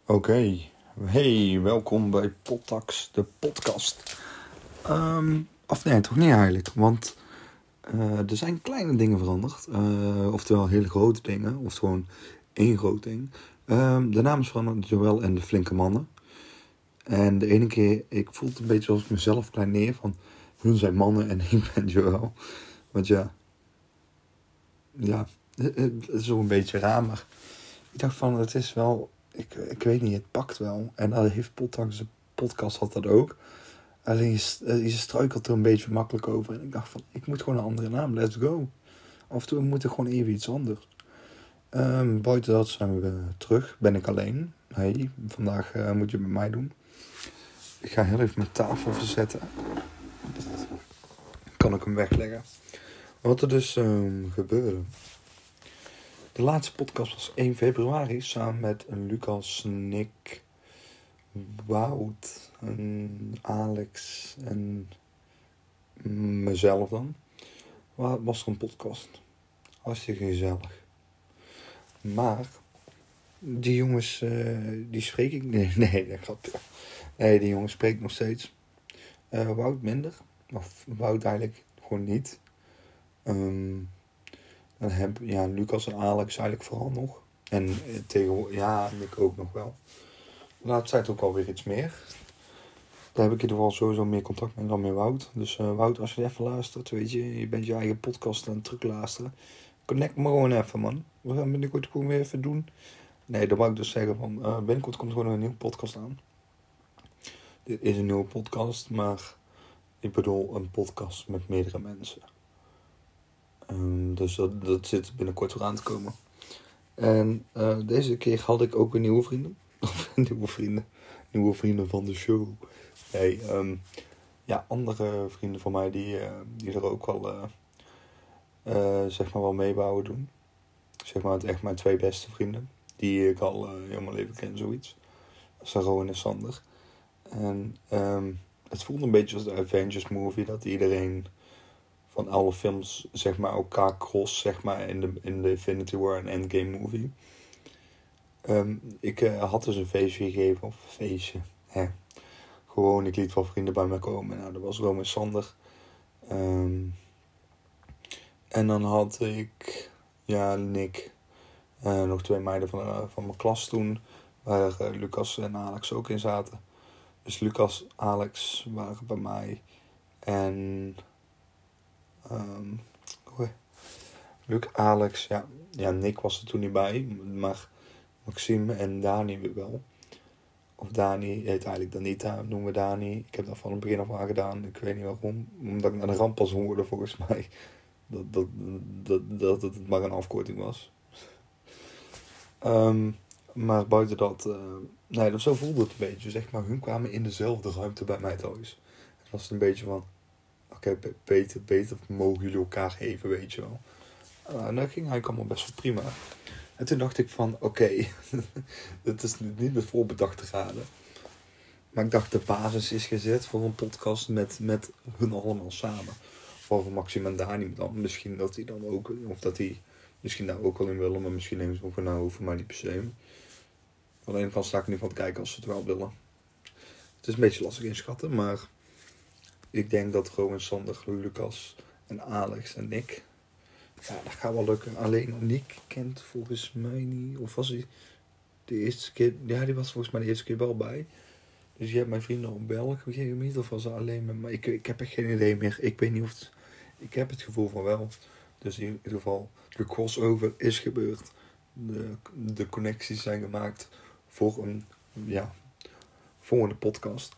Oké. Hey, welkom bij Pottax, de podcast. Of nee, toch niet eigenlijk, want er zijn kleine dingen veranderd. Oftewel hele grote dingen, of gewoon één groot ding. De naam is veranderd, Joël en de Flinke Mannen. En de ene keer, ik voel het een beetje als ik mezelf klein neer, van hun zijn mannen en ik ben Joël. Want ja, het is ook een beetje raar, maar ik dacht van, het is wel... Ik weet niet, het pakt wel. En dat heeft Pottax, de podcast had dat ook. Alleen je struikelt er een beetje makkelijk over. En ik dacht van, ik moet gewoon een andere naam, let's go. Af en toe moet ik gewoon even iets anders. Buiten dat zijn we terug, ben ik alleen. Hey, vandaag moet je het bij mij doen. Ik ga heel even mijn tafel verzetten. Kan ik hem wegleggen. Wat er dus gebeurde. De laatste podcast was 1 februari samen met Lucas, Nick, Wout, en Alex en mezelf dan. Was er een podcast. Hartstikke gezellig. Maar die jongens, die spreek ik... Nee, dat gaat... Nee, die jongens spreek ik nog steeds. Wout minder. Of Wout eigenlijk gewoon niet. Dan heb Lucas en Alex eigenlijk vooral nog. En Nick ook nog wel. De laatste tijd ook alweer iets meer. Daar heb ik in ieder geval sowieso meer contact mee dan met Wout. Dus Wout, als je even luistert, weet je bent je eigen podcast aan het terugluisteren. Connect me gewoon even, man. We gaan binnenkort gewoon weer even doen. Nee, dan wou ik dus zeggen van, binnenkort komt gewoon een nieuwe podcast aan. Dit is een nieuwe podcast, maar ik bedoel een podcast met meerdere mensen. Dus dat zit binnenkort weer aan te komen. En deze keer had ik ook weer nieuwe vrienden. Of nieuwe vrienden van de show. Nee, andere vrienden van mij die er ook wel, zeg maar wel mee wouden doen. Zeg maar echt mijn 2 beste vrienden. Die ik al heel mijn leven ken, zoiets. Saron en Sander. En het voelde een beetje als de Avengers movie. Dat iedereen van alle films, zeg maar, elkaar cross, zeg maar, in de Infinity War en Endgame movie. Ik had dus een feestje gegeven, of een feestje, gewoon, ik liet wel vrienden bij mij komen. Nou, dat was Rome en Sander. En dan had ik, Nick, nog 2 meiden van mijn klas toen, waar Lucas en Alex ook in zaten. Dus Lucas, Alex waren bij mij. En Alex, Nick was er toen niet bij, maar Maxime en Dani weer wel. Of Dani heet eigenlijk Danita, noemen we Dani. Ik heb dat van het begin af aan gedaan. Ik weet niet waarom. Omdat ik naar de rampas hoorde, volgens mij. Dat het maar een afkorting was. Maar buiten dat... zo voelde het een beetje. Zeg maar, hun kwamen in dezelfde ruimte bij mij thuis. Het was een beetje van... Oké, beter mogen jullie elkaar geven, weet je wel. En dat ging eigenlijk allemaal best wel prima. En toen dacht ik van, oké, het is niet met voorbedachte raden. Maar ik dacht, de basis is gezet voor een podcast met hun allemaal samen. Voor Maxime en Dani dan. Misschien dat hij dan ook, of dat hij misschien daar ook wel in willen, maar misschien nemen ze ook wel naar over, maar niet per se. Aan de ene kant sta ik er niet van te kijken als ze het wel willen. Het is een beetje lastig inschatten, maar ik denk dat Rowan, Sander, Lucas en Alex en Nick... Ja, dat gaat wel lukken. Alleen Nick kent volgens mij niet... Of was hij de eerste keer... Ja, die was volgens mij de eerste keer wel bij. Dus je hebt mijn vrienden op België gegeven. Of was ze alleen met mij? Ik heb echt geen idee meer. Ik weet niet of het... Ik heb het gevoel van wel. Dus in ieder geval, de crossover is gebeurd. De connecties zijn gemaakt voor een... volgende podcast.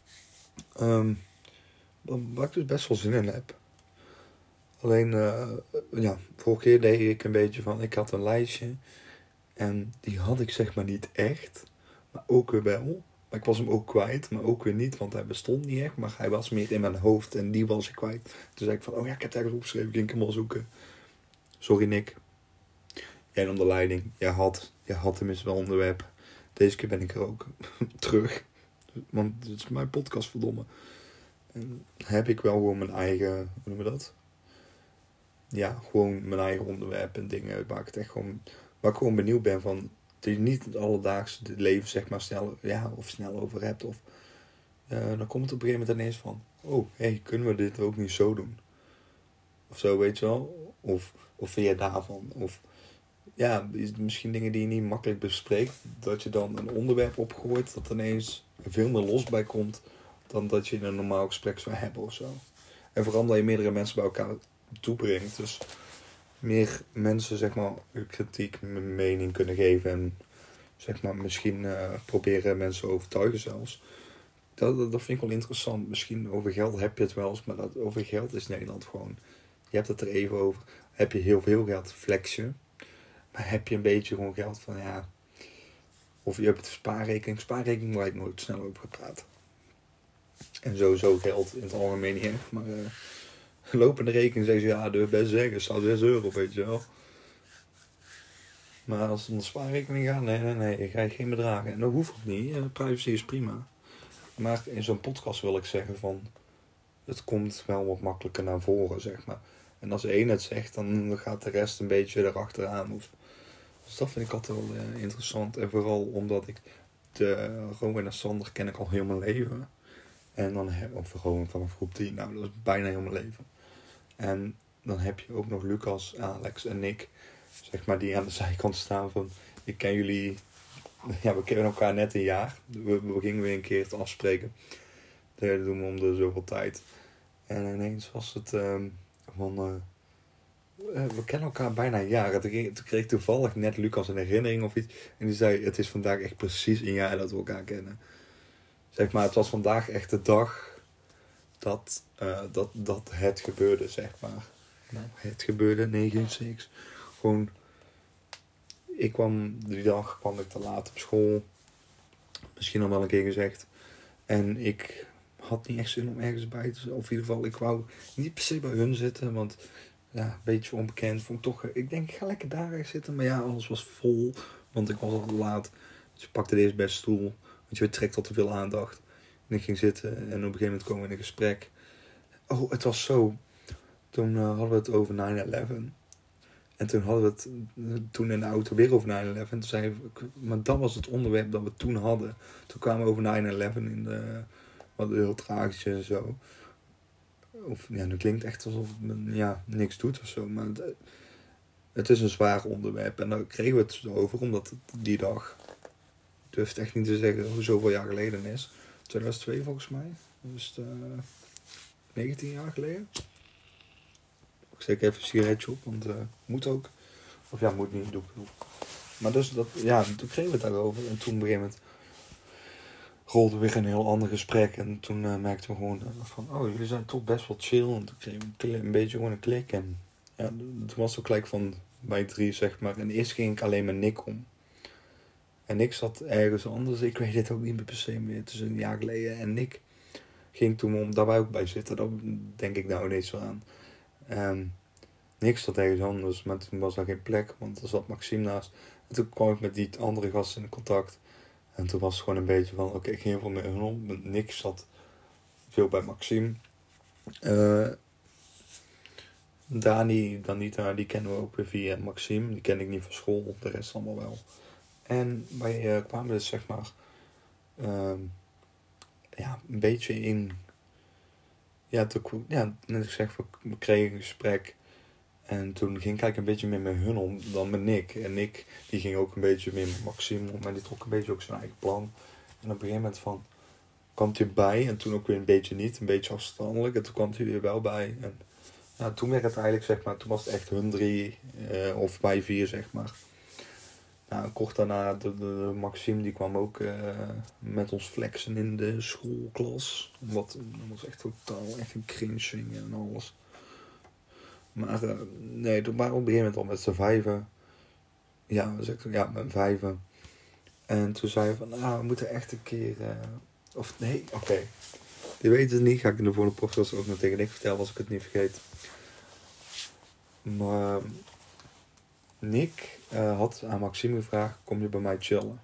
Waar ik dus best wel zin in heb. Alleen, vorige keer deed ik een beetje van... Ik had een lijstje. En die had ik zeg maar niet echt. Maar ook weer wel. Maar ik was hem ook kwijt. Maar ook weer niet. Want hij bestond niet echt. Maar hij was meer in mijn hoofd. En die was ik kwijt. Toen zei ik van... Oh ja, ik heb het ergens opgeschreven. Ik ging hem wel zoeken. Sorry Nick. Jij nam de leiding. Jij had tenminste wel onderwerp. Deze keer ben ik er ook terug. Want het is mijn podcast, verdomme. En heb ik wel gewoon mijn eigen... Hoe noemen we dat? Ja, gewoon mijn eigen onderwerp en dingen. Waar ik gewoon benieuwd ben van... je niet het alledaagse leven zeg maar snel over hebt. Of dan komt het op een gegeven moment ineens van, oh, kunnen we dit ook niet zo doen? Of zo, weet je wel? Of vind je daarvan? Of misschien dingen die je niet makkelijk bespreekt, dat je dan een onderwerp opgooit dat ineens veel meer los bij komt dan dat je in een normaal gesprek zou hebben of zo. En vooral omdat je meerdere mensen bij elkaar toebrengt. Dus meer mensen zeg maar kritiek, mening kunnen geven en zeg maar misschien proberen mensen te overtuigen zelfs. Dat vind ik wel interessant. Misschien over geld heb je het wel eens, maar over geld is Nederland gewoon. Je hebt het er even over. Heb je heel veel geld, flex je. Maar heb je een beetje gewoon geld van of je hebt een spaarrekening. Spaarrekening waar ik nooit snel over gepraat. En sowieso geld in het algemeen niet echt. Maar lopende rekening zeggen ze durf best zeggen. Staat 6 euro, weet je wel. Maar als het om de spaarrekening gaat, nee, ga je geen bedragen. En dat hoeft ook niet. Privacy is prima. Maar in zo'n podcast wil ik zeggen van, het komt wel wat makkelijker naar voren, zeg maar. En als één het zegt, dan gaat de rest een beetje erachteraan. Dus dat vind ik altijd wel interessant. En vooral omdat ik Rowan en Sander ken ik al heel mijn leven. En dan gewoon vanaf groep 10, nou dat is bijna heel mijn leven. En dan heb je ook nog Lucas, Alex en Nick, zeg maar, die aan de zijkant staan van, ik ken jullie, we kennen elkaar net een jaar. We gingen weer een keer het afspreken. Dat doen we om de zoveel tijd. En ineens was het we kennen elkaar bijna een jaar. Toen kreeg ik toevallig net Lucas een herinnering of iets. En die zei, het is vandaag echt precies een jaar dat we elkaar kennen. Zeg maar, het was vandaag echt de dag dat het gebeurde, zeg maar. Nou, het gebeurde, 9-6. Gewoon, die dag kwam ik te laat op school. Misschien al wel een keer gezegd. En ik had niet echt zin om ergens bij te zijn. Of in ieder geval, ik wou niet per se bij hun zitten. Want een beetje onbekend. Vond ik toch, ik denk, ik ga lekker daar ergens zitten. Maar alles was vol. Want ik was al te laat. Dus ik pakte de eerste beste stoel. Want je trekt al te veel aandacht. En ik ging zitten. En op een gegeven moment komen we in een gesprek. Oh, het was zo. Toen hadden we het over 9/11. En toen hadden we het in de auto weer over 9/11. Toen zei ik, maar dat was het onderwerp dat we toen hadden. Toen kwamen we over 9/11 in de, wat heel tragisch en zo. Of nu klinkt echt alsof het niks doet of zo. Maar het is een zwaar onderwerp. En daar kregen we het over, omdat die dag, ik durf echt niet te zeggen hoe zoveel jaar geleden is. 2002 volgens mij. Dus 19 jaar geleden. Ik steek even een sigaretje op, want moet ook. Of moet niet, doe ik nog. Maar dus toen kregen we het daarover. En toen op een gegeven moment rolde weer een heel ander gesprek. En toen merkten we gewoon van, oh, jullie zijn toch best wel chill. En toen kregen we een beetje gewoon een klik. En toen was het ook gelijk van wij 3, zeg maar. En eerst ging ik alleen met Nick om. En Nick zat ergens anders. Ik weet het ook niet meer per se meer. Het is een jaar geleden. En Nick ging toen om, daar wij ook bij zitten. Dat denk ik nou ineens wel aan. Niks zat ergens anders, maar toen was er geen plek, want er zat Maxime naast. En toen kwam ik met die andere gasten in contact. En toen was het gewoon een beetje van, oké, ik ging heel veel met hun om. Niks zat veel bij Maxime. Dani, Danita, die kennen we ook weer via Maxime. Die ken ik niet van school, de rest allemaal wel. En wij kwamen dus zeg maar een beetje in. Net ik zeg, we kregen een gesprek. En toen ging ik eigenlijk een beetje meer met hun om dan met Nick. En Nick die ging ook een beetje meer met Maxime om. Maar die trok een beetje ook zijn eigen plan. En op een gegeven moment kwam hij bij. En toen ook weer een beetje niet. Een beetje afstandelijk. En toen kwam hij weer wel bij. En toen werd het eigenlijk, zeg maar, toen was het echt hun 3. Of wij 4, zeg maar. Kort daarna, de Maxime die kwam ook met ons flexen in de schoolklas. Dat was echt totaal echt een cringing en alles. Maar toen waren we op een gegeven moment al met z'n 5. Met 5. En toen zeiden we van, we moeten echt een keer... Die weten het niet, ga ik in de volgende podcast ook nog tegen Nick vertellen als ik het niet vergeet. Maar Nick had aan Maxime gevraagd, kom je bij mij chillen?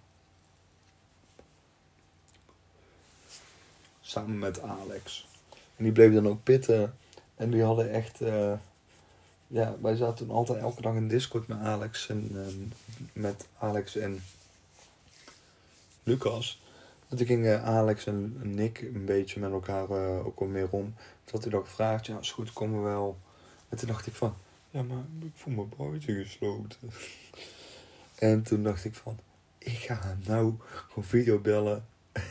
Samen met Alex. En die bleef dan ook pitten. En die hadden echt... wij zaten toen altijd elke dag in Discord met Alex en Lucas. En toen gingen Alex en Nick een beetje met elkaar ook wel meer om. Toen had hij dan gevraagd, ja is goed, komen we wel. En toen dacht ik van, ja maar ik voel me buiten gesloten. En toen dacht ik van, ik ga hem nou gewoon videobellen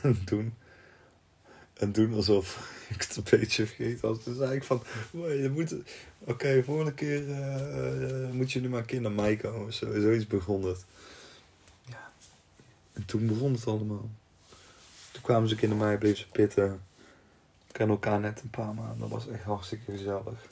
en doen alsof ik het een beetje vergeten was. Toen zei ik van, je moet, oké, volgende keer moet je nu maar een keer naar mij komen. Zoiets begon het. Ja. En toen begon het allemaal. Toen kwamen ze een keer naar mij, bleven ze pitten. We kennen elkaar net een paar maanden. Dat was echt hartstikke gezellig.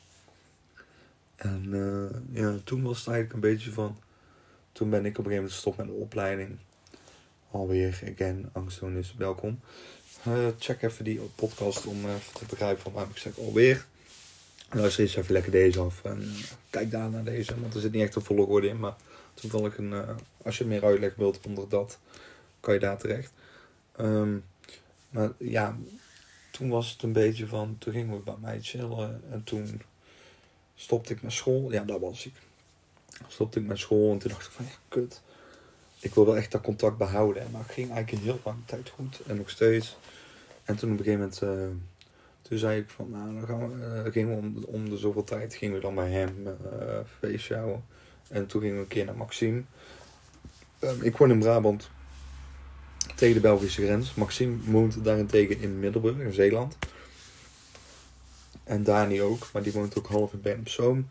En toen was het eigenlijk een beetje van... Toen ben ik op een gegeven moment gestopt met de opleiding. Alweer, again, angststoornis, welkom. Check even die podcast om te begrijpen van waarom ik zeg alweer. Luister eens even lekker deze af. En kijk daar naar deze, want er zit niet echt een volgorde in. Maar toevallig als je meer uitleg wilt onder dat, kan je daar terecht. Maar ja, toen was het een beetje van... Toen gingen we bij mij chillen. En toen stopte ik met school. Ja, dat was ik. Stopte ik met school en toen dacht ik van... Ja, kut. Ik wil wel echt dat contact behouden. Maar het ging eigenlijk een heel lange tijd goed. En nog steeds. En toen op een gegeven moment... toen zei ik van... Nou, dan gingen we om de zoveel tijd... Gingen we dan bij hem feestje houden. En toen gingen we een keer naar Maxime. Ik woon in Brabant. Tegen de Belgische grens. Maxime woont daarentegen in Middelburg, in Zeeland. En Dani ook, maar die woont ook half in Bergen op Zoom.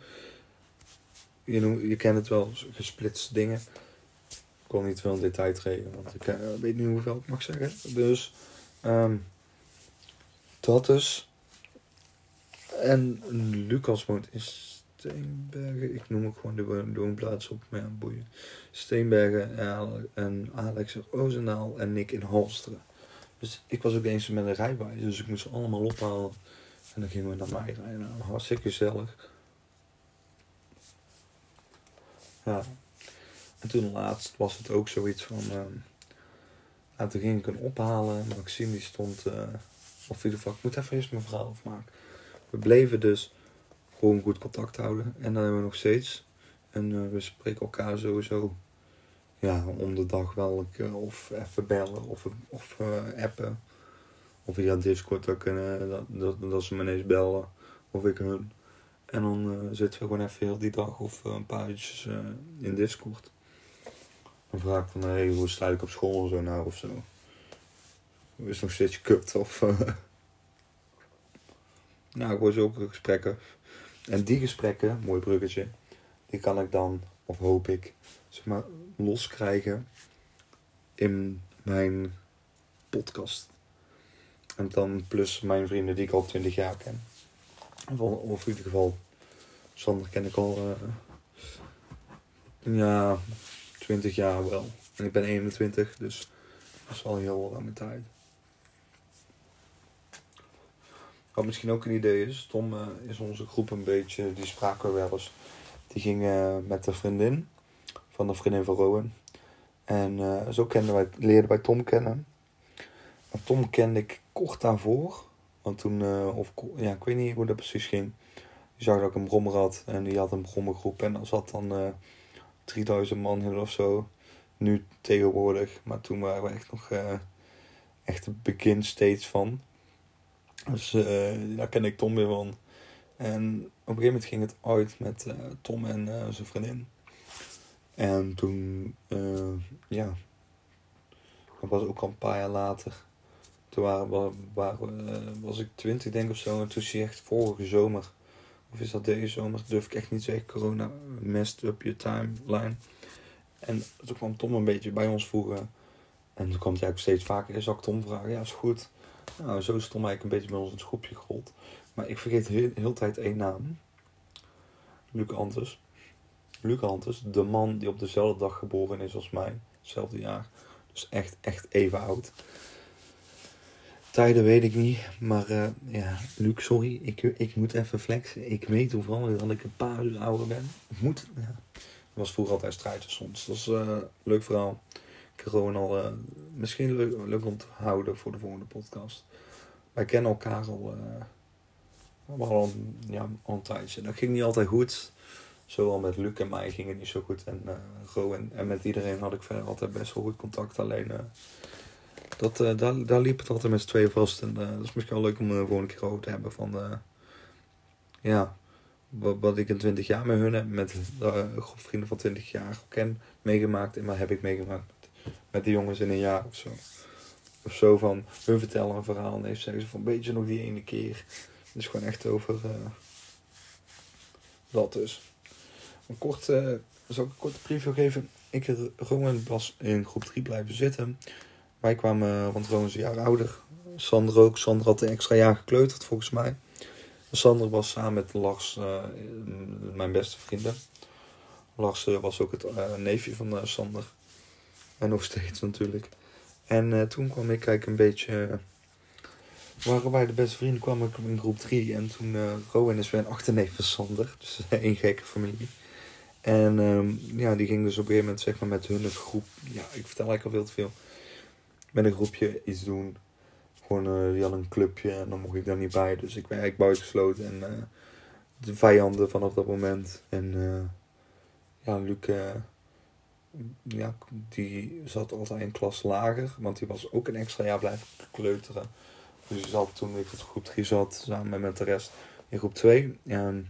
Je kent het wel, gesplitste dingen. Ik kon niet veel in detail treden, want ik weet niet hoeveel ik mag zeggen. Dus, dat dus. En Lucas woont in Steenbergen. Ik noem ook gewoon de woonplaats op, maar ja, boeien. Steenbergen en Alex in Roosendaal en Nick in Halsteren. Dus ik was ook eens met een rijbewijs, dus ik moest ze allemaal ophalen. En dan gingen we naar mij rijden. Nou, hartstikke gezellig. Ja. En toen laatst was het ook zoiets van... toen ging ik hem ophalen. Maxime die stond... of in ieder geval, ik moet even eerst mijn verhaal afmaken. We bleven dus gewoon goed contact houden. En dat hebben we nog steeds. En we spreken elkaar sowieso... Ja, om de dag wel. Of even bellen. Of appen. Of via Discord ook kunnen. Dat ze me ineens bellen. Of ik hun. En dan zitten we gewoon even heel die dag of een paar uurtjes in Discord. Dan vraag ik van, hey, hoe sta ik op school of zo nou of zo. Is het nog steeds kut of... Nou, ik word zo ook gesprekken. En die gesprekken, mooi bruggetje, die kan ik dan, of hoop ik, zeg maar, loskrijgen in mijn podcast. En dan plus mijn vrienden die ik al 20 jaar ken. Of in ieder geval, Sander ken ik al 20 jaar wel. En ik ben 21, dus dat is wel heel lange tijd. Wat misschien ook een idee is, Tom is onze groep een beetje, die spraken we wel eens. Die ging met de vriendin van de vriendin van Rowan. En zo leerden wij Tom kennen. En Tom kende ik kort daarvoor. Want toen, ik weet niet hoe dat precies ging. Die zag dat ik een brommer had en die had een brommergroep. En er zat dan 3000 man in of zo. Nu tegenwoordig. Maar toen waren we echt nog echt het begin steeds van. Dus daar ken ik Tom weer van. En op een gegeven moment ging het uit met Tom en zijn vriendin. En toen, dat was ook al een paar jaar later. Toen was ik 20 denk ik of zo. En toen zie je echt vorige zomer. Of is dat deze zomer? Durf ik echt niet zeggen. Corona messed up je timeline. En toen kwam Tom een beetje bij ons voegen. En toen kwam het eigenlijk steeds vaker. Zal ik Tom vragen? Ja, is goed. Nou, zo is Tom eigenlijk een beetje bij ons in het groepje gerold. Maar ik vergeet de hele tijd één naam. Luc Antes. De man die op dezelfde dag geboren is als mij. Hetzelfde jaar. Dus echt even oud. Tijden weet ik niet. Maar Luc, sorry. Ik moet even flexen. Ik weet toevallig dat ik een paar uur ouder ben. Dat was vroeger altijd strijdje soms. Dat is een leuk verhaal. Ik heb gewoon al... misschien leuk om te houden voor de volgende podcast. Wij kennen elkaar al een tijdje. Dat ging niet altijd goed. zowel met Luc en mij ging het niet zo goed. En Rowan en met iedereen had ik verder altijd best wel goed contact. Alleen daar liep het altijd met z'n tweeën vast. En dat is misschien wel leuk om gewoon een keer over te hebben van... wat ik in 20 jaar met hun heb, met een groep vrienden van 20 jaar ken, meegemaakt. En wat heb ik meegemaakt met die jongens in een jaar of zo. Of zo van, hun vertellen een verhaal en even zeggen ze van, beetje nog die ene keer. Dus gewoon echt over dat dus. Zal ik een korte preview geven? Ik en Rowan was in groep 3 blijven zitten. Wij kwamen, want Rowan is een jaar ouder. Sander ook. Sander had een extra jaar gekleuterd volgens mij. Sander was samen met Lars, mijn beste vrienden. Lars was ook het neefje van Sander. En nog steeds natuurlijk. En toen kwam ik eigenlijk een beetje... waren wij de beste vrienden, kwam ik in groep 3. En toen Rowan is weer een achterneef van Sander. Dus één gekke familie. En die ging dus op een gegeven moment zeg maar met hun groep... Ja, ik vertel eigenlijk al veel te veel. Met een groepje iets doen. Gewoon, die hadden een clubje en dan mocht ik daar niet bij. Dus ik ben eigenlijk buitengesloten. En de vijanden vanaf dat moment. En Luc... die zat altijd een klas lager. Want die was ook een extra jaar blijven kleuteren. Dus die zat toen ik op groep 3 zat. Samen met de rest in groep 2. En...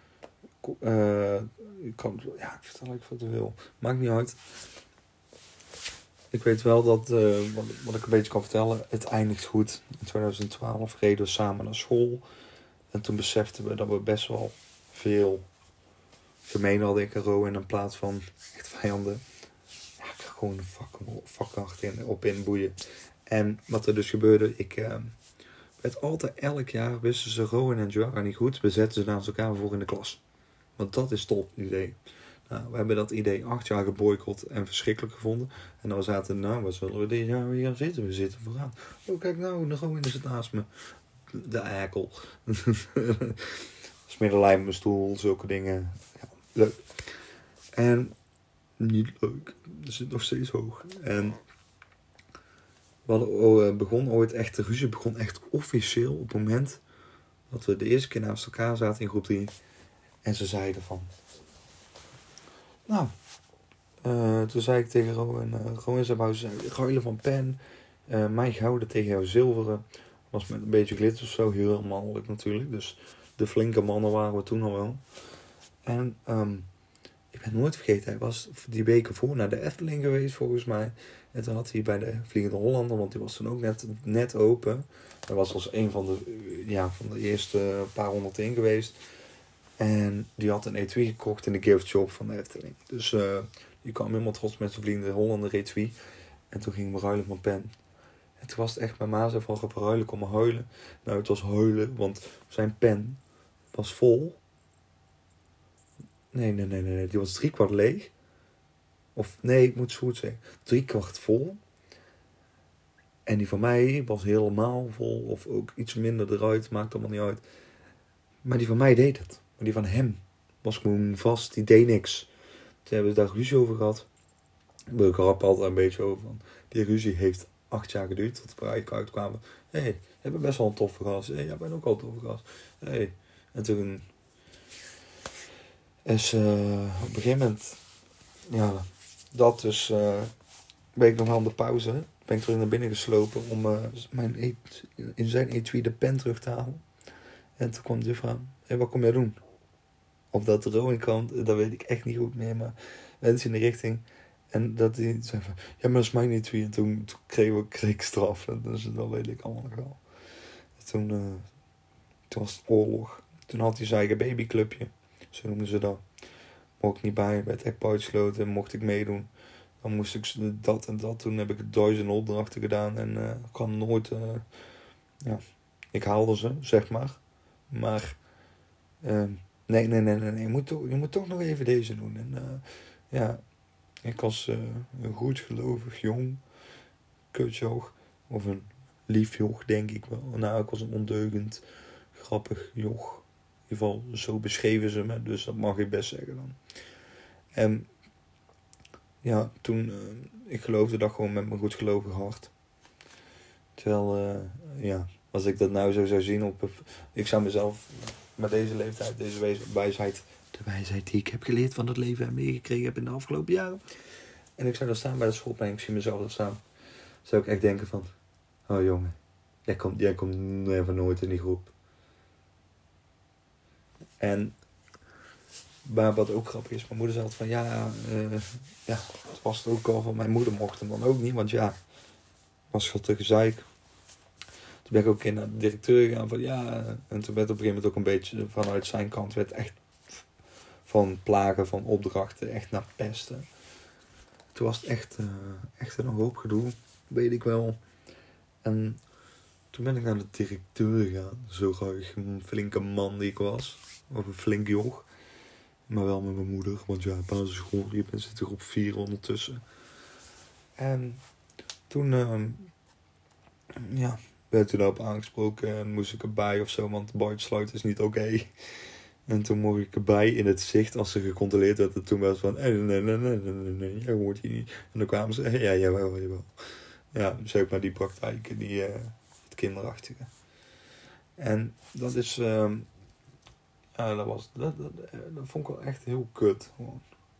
ik vertel eigenlijk veel te veel. Maakt niet uit. Ik weet wel dat, wat ik een beetje kan vertellen, het eindigt goed. In 2012 reden we samen naar school. En toen beseften we dat we best wel veel gemeen hadden, ik en Rowan, in plaats van echt vijanden. Ja, ik ga gewoon een vak op inboeien. En wat er dus gebeurde, werd altijd elk jaar wisten ze Rowan en Joara niet goed. We zetten ze naast elkaar voor in de klas. Want dat is top idee. Nou, we hebben dat idee 8 jaar geboycott en verschrikkelijk gevonden. En dan zaten wat zullen we dit jaar weer gaan zitten? We zitten vooraan. Oh, kijk nou, de Rowan is het naast me. De eikel. Smiddelijn op mijn stoel, zulke dingen. Ja, leuk. En niet leuk. Het zit nog steeds hoog. En we hadden de ruzie begon echt officieel op het moment dat we de eerste keer naast elkaar zaten in groep 3. En ze zeiden van... Nou, toen zei ik tegen Rowan ze ruilen van pen. Mijn gouden tegen jouw zilveren. Was met een beetje glitter of zo, heel mannelijk natuurlijk. Dus de flinke mannen waren we toen al wel. En ik ben nooit vergeten, hij was die week ervoor naar de Efteling geweest volgens mij. En toen had hij bij de Vliegende Hollander, want die was toen ook net open. Hij was als een van de eerste paar 100 in geweest. En die had een etui gekocht in de gift shop van de Efteling. Dus die kwam helemaal trots met zijn Vliegende Hollander etui. En toen ging we ruilen van pen. En toen was het echt, mijn ma zei van, ga ruilen, kom maar huilen. Nou, het was huilen, want zijn pen was vol. Nee, die was 3/4 leeg. Of, nee, ik moet het goed zeggen. 3/4 vol. En die van mij was helemaal vol. Of ook iets minder eruit, maakt allemaal niet uit. Maar die van mij deed het. Maar die van hem was gewoon vast, die deed niks. Toen hebben we daar ruzie over gehad. We grappen altijd een beetje over. Van, die ruzie heeft 8 jaar geduurd. Tot we eigenlijk uitkwamen. Hé, je bent best wel een toffe gast. Hé, jij bent ook al een toffe gast. Hé. En toen is op een gegeven moment... Ja, dat dus... ben ik nog wel aan de pauze. Ben ik terug naar binnen geslopen om in zijn etui de pen terug te halen. En toen kwam de juf aan. Hé, wat kom jij doen? Of dat de Rowan kwam, dat weet ik echt niet goed meer. Maar mensen in de richting. En dat hij zei van, ja, maar dat is mijn etui. En toen kreeg ik straf. Dus dat weet ik allemaal nog wel. Toen was het oorlog. Toen had hij zijn eigen babyclubje. Zo noemden ze dat. Mocht ik niet bij, werd echt buitengesloten. Mocht ik meedoen. Dan moest ik dat en dat. Toen heb ik 1000 opdrachten gedaan. En ik kwam nooit... ik haalde ze, zeg maar. Maar... Nee. Je moet toch nog even deze doen. En ik was een goed gelovig jong kutjoch. Of een lief joch, denk ik wel. Nou, ik was een ondeugend, grappig joch. In ieder geval, zo beschreven ze me. Dus dat mag ik best zeggen dan. En ja, toen... ik geloofde dat gewoon met mijn goed gelovig hart. Terwijl, als ik dat nou zo zou zien op... Ik zou mezelf met deze leeftijd, deze wijsheid De wijsheid die ik heb geleerd van het leven en meegekregen heb in de afgelopen jaren. En ik zou daar staan bij de schoolplein. Ik zie mezelf daar staan. Zou ik echt denken van... Oh jongen, jij komt never nooit in die groep. En... Maar wat ook grappig is, mijn moeder zei altijd van het was het ook al van mijn moeder mocht hem dan ook niet, want was gewoon te gezeik. Toen ben ik ook naar de directeur gegaan van en toen werd op een gegeven moment ook een beetje vanuit zijn kant werd echt van plagen, van opdrachten, echt naar pesten. Toen was het echt een hoop gedoe, weet ik wel. En toen ben ik naar de directeur gegaan, zo graag een flinke man die ik was, of een flink joch. Maar wel met mijn moeder, want basisschool, je zit er op 4 ondertussen. En toen werd hij daarop aangesproken en moest ik erbij of zo, want buitensluiten is niet oké. En toen mocht ik erbij in het zicht als ze gecontroleerd werd. En toen was het van, nee, jij hoort hier niet. En dan kwamen ze, jawel. Ja, zeg maar die praktijken, het kinderachtige. En dat is... dat vond ik wel echt heel kut. Gewoon.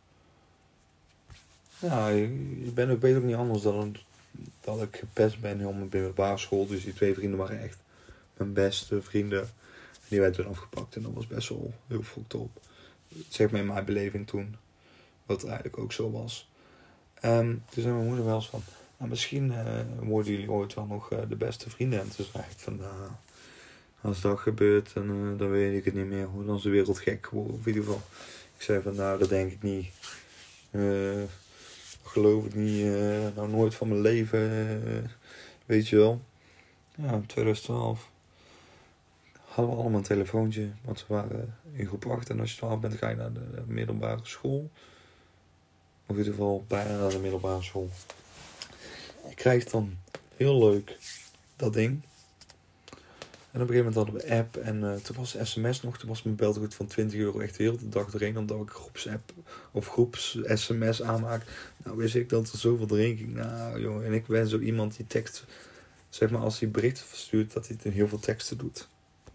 Ja, ik weet ook niet anders dan dat ik gepest ben helemaal binnen de basisschool. Dus die 2 vrienden waren echt mijn beste vrienden. En die werden toen afgepakt en dat was best wel heel fucked up. Zeg maar in mijn beleving toen. Wat eigenlijk ook zo was. Toen zei mijn moeder wel eens van... Nou, misschien worden jullie ooit wel nog de beste vrienden. En toen zei ik van... Als dat gebeurt, dan weet ik het niet meer. Dan is de wereld gek geworden. Of in ieder geval. Ik zei van, dat denk ik niet. Geloof ik niet. Nou, nooit van mijn leven. Weet je wel. Ja, in 2012 hadden we allemaal een telefoontje. Want we waren in groep 8. En als je 12 bent, ga je naar de middelbare school. Of in ieder geval bijna naar de middelbare school. Je krijgt dan heel leuk dat ding. En op een gegeven moment hadden we app en toen was sms nog. Toen was mijn beltegoed van €20 echt de hele dag doorheen. Omdat ik groepsapp of groeps sms aanmaak. Nou wist ik dat er zoveel doorheen ging. Nou jongen, en ik ben zo iemand die tekst... Zeg maar als hij bericht verstuurt dat hij het in heel veel teksten doet.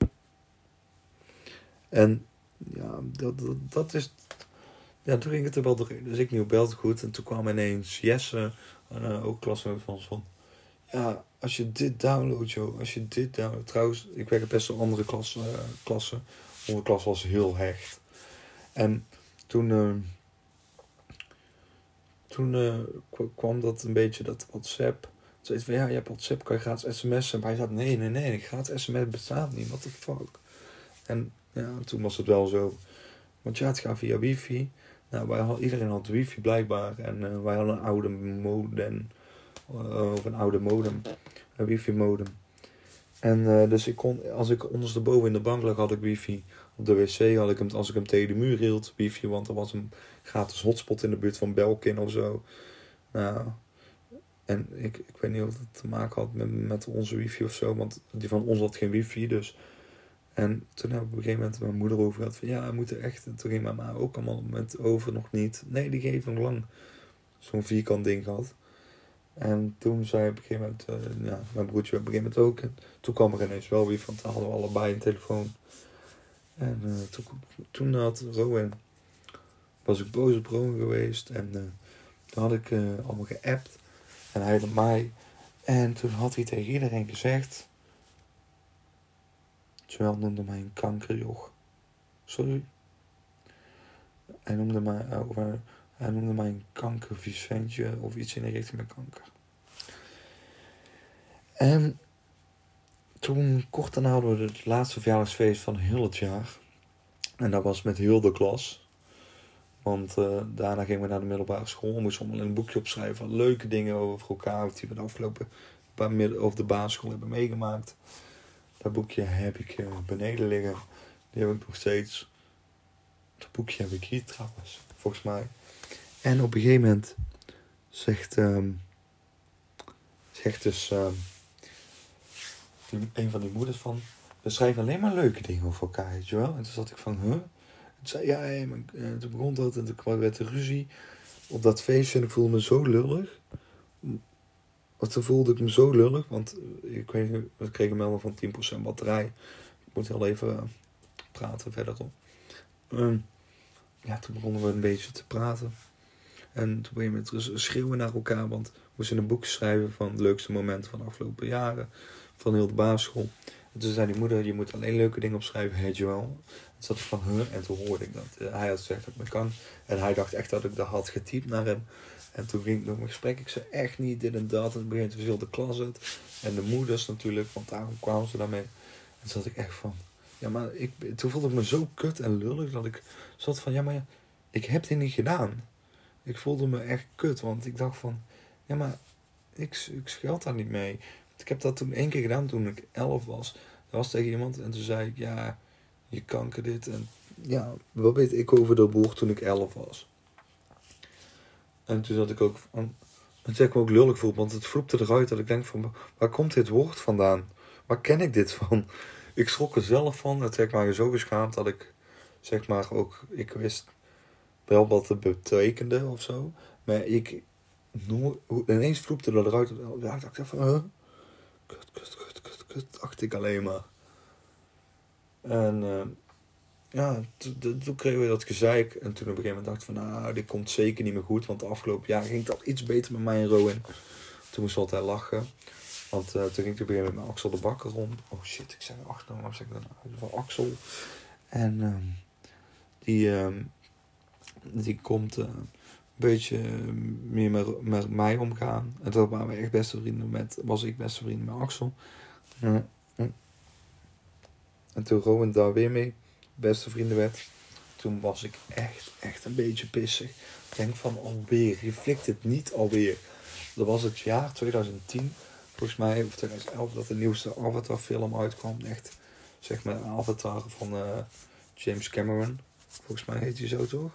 En ja, dat is... Ja, toen ging het er wel doorheen. Dus ik nieuw beltegoed. En toen kwam ineens Jesse, ook klasgenoot van ons van... Ja, als je dit downloadt, joh. Als je dit downloadt. Trouwens, ik werk best wel andere klassen. Onze klas was heel hecht. En toen kwam dat een beetje, dat WhatsApp. Toen zei van, je hebt WhatsApp, kan je gratis sms'en. Maar hij zei, nee, gratis sms bestaat niet. What the fuck? En ja, toen was het wel zo. Want het gaat via wifi. Nou, iedereen had wifi blijkbaar. En wij hadden een oude modem. Of een oude modem. Een wifi modem. En dus ik kon, als ik ondersteboven in de bank lag, had ik wifi. Op de wc had ik hem, als ik hem tegen de muur hield, wifi. Want er was een gratis hotspot in de buurt van Belkin of zo. Nou, en ik weet niet of het te maken had met onze wifi of zo. Want die van ons had geen wifi, dus... En toen heb ik op een gegeven moment mijn moeder over gehad van... Ja, we moeten echt... En toen ging mijn ma ook allemaal met over nog niet. Nee, die heeft nog lang zo'n vierkant ding gehad. En toen zei op een gegeven moment... mijn broertje op een gegeven moment ook. En toen kwam er ineens wel weer van... Toen hadden we allebei een telefoon. En toen had Rowan... Was ik boos op Rowan geweest. En toen had ik allemaal geappt. En hij had mij. En toen had hij tegen iedereen gezegd... Terwijl noemde mij een kankerjoch. Sorry. Hij noemde mij een kankervies ventje. Of iets in de richting met kanker. En toen, kort daarna hadden we het laatste verjaardagsfeest van heel het jaar. En dat was met heel de klas. Want daarna gingen we naar de middelbare school. We moesten allemaal in een boekje opschrijven van leuke dingen over elkaar. Die we de afgelopen of de basisschool hebben meegemaakt. Dat boekje heb ik beneden liggen. Die heb ik nog steeds. Dat boekje heb ik hier trouwens, volgens mij. En op een gegeven moment zegt dus een van die moeders van... We schrijven alleen maar leuke dingen over elkaar, weet je wel. En toen zat ik van, Toen zei toen begon dat en toen werd er ruzie op dat feestje. En ik voelde me zo lullig. Toen voelde ik me zo lullig, want ik weet niet, we kregen een melding van 10% batterij. Ik moet heel even praten verder op. toen begonnen we een beetje te praten. En toen begon je met schreeuwen naar elkaar, want we moesten een boek schrijven van de leukste momenten van de afgelopen jaren. Van heel de basisschool. En toen zei die moeder, je moet alleen leuke dingen opschrijven, weet je wel. En toen zat ik van, en toen hoorde ik dat. Hij had gezegd dat ik me kan. En hij dacht echt dat ik dat had getypt naar hem. En toen ging ik nog een gesprek, ik zei echt niet, dit en dat. En toen begint te veel de klas uit. En de moeders natuurlijk, want daarom kwamen ze daarmee. En toen zat ik echt van, ja maar, toen voelde ik me zo kut en lullig dat ik zat van, ja maar, ik heb dit niet gedaan. Ik voelde me echt kut, want ik dacht van, ja maar, ik scheld daar niet mee. Ik heb dat toen 1 keer gedaan toen ik 11 was. Dat was tegen iemand en toen zei ik, ja, je kanker dit. En ja, wat weet ik over dat woord toen ik 11 was. En toen zat ik ook van, toen heb ik me ook lullig voel, want het vloepte eruit dat ik denk van, waar komt dit woord vandaan? Waar ken ik dit van? Ik schrok er zelf van. Het heb me zo geschaamd dat ik, zeg maar, ook, ik wist wel wat het betekende of zo. Maar ineens vloepte dat eruit. Ja, ik dacht van, kut, dacht ik alleen maar. En toen kregen we dat gezeik. En toen op een gegeven moment dacht ik van, dit komt zeker niet meer goed. Want de afgelopen jaar ging het al iets beter met mij en Rowan. Toen moest we altijd lachen. Want toen ging ik op een gegeven moment met Axel de Bakker rond. Oh shit, ik zei achternaam, waarom zeg ik dat nou? Van Axel. En die komt een beetje meer met mij omgaan. En toen waren we echt beste vrienden was ik beste vrienden met Axel. En toen Rowan daar weer mee beste vrienden werd, toen was ik echt een beetje pissig. Ik denk van alweer, je flikt het niet alweer. Dat was het jaar 2010, volgens mij, of 2011, dat de nieuwste Avatar film uitkwam. Echt, zeg maar, een Avatar van James Cameron. Volgens mij heet hij zo, toch?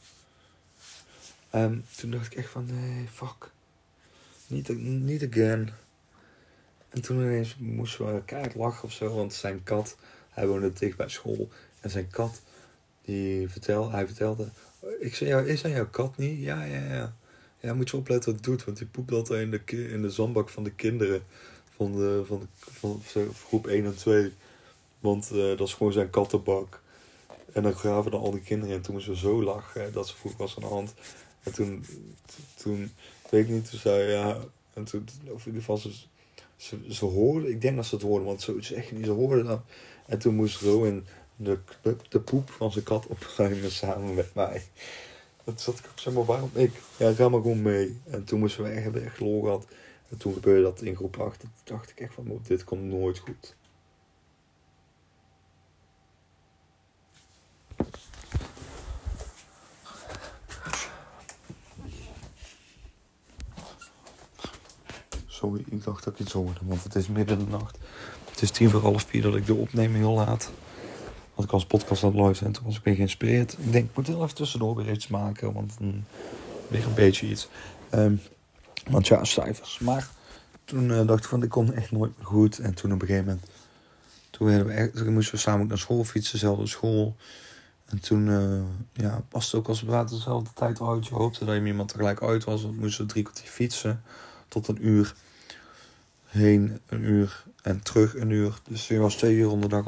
Toen dacht ik echt van, nee, fuck. Niet again. En toen ineens moesten we keihard lachen of zo, want zijn kat, hij woonde dicht bij school. En zijn kat, hij vertelde, ik zei, is dat jouw kat niet? Ja. Ja, moet je opletten wat het doet, want die poept altijd in de zandbak van de kinderen. Van groep 1 en 2. Want dat is gewoon zijn kattenbak. En dan graven dan al die kinderen in. Toen moesten we zo lachen dat ze vroeg was aan de hand. En toen weet ik niet, toen zei ja. En toen, of in ieder geval, ze hoorden, ik denk dat ze het hoorden, want zo is echt niet, ze hoorden dat. En toen moest Rowan de poep van zijn kat opruimen samen met mij. Dat zat ik ook, zeg maar, waarom ik? Ja, ga maar gewoon mee. En toen moesten we hebben echt lol gehad. En toen gebeurde dat in groep 8. Toen dacht ik echt van, dit komt nooit goed. Sorry, ik dacht dat ik iets hoorde, want het is midden in de nacht. Het is 3:45 dat ik de opnemen heel laat. Want ik als podcast aan het luisteren en toen was ik weer geïnspireerd. Ik denk, ik moet heel even tussendoor weer iets maken, want weer een beetje iets. Want ja, cijfers. Maar toen dacht ik van, ik kon echt nooit meer goed. En toen op een gegeven moment, toen moesten we samen ook naar school fietsen, dezelfde school. En toen was het ook als we waren dezelfde tijd uit. Je hoopte dat je met iemand tegelijk uit was. Dan moesten we 3 kwartier fietsen tot 1 uur. Heen 1 uur en terug 1 uur. Dus je was 2 uur onderdag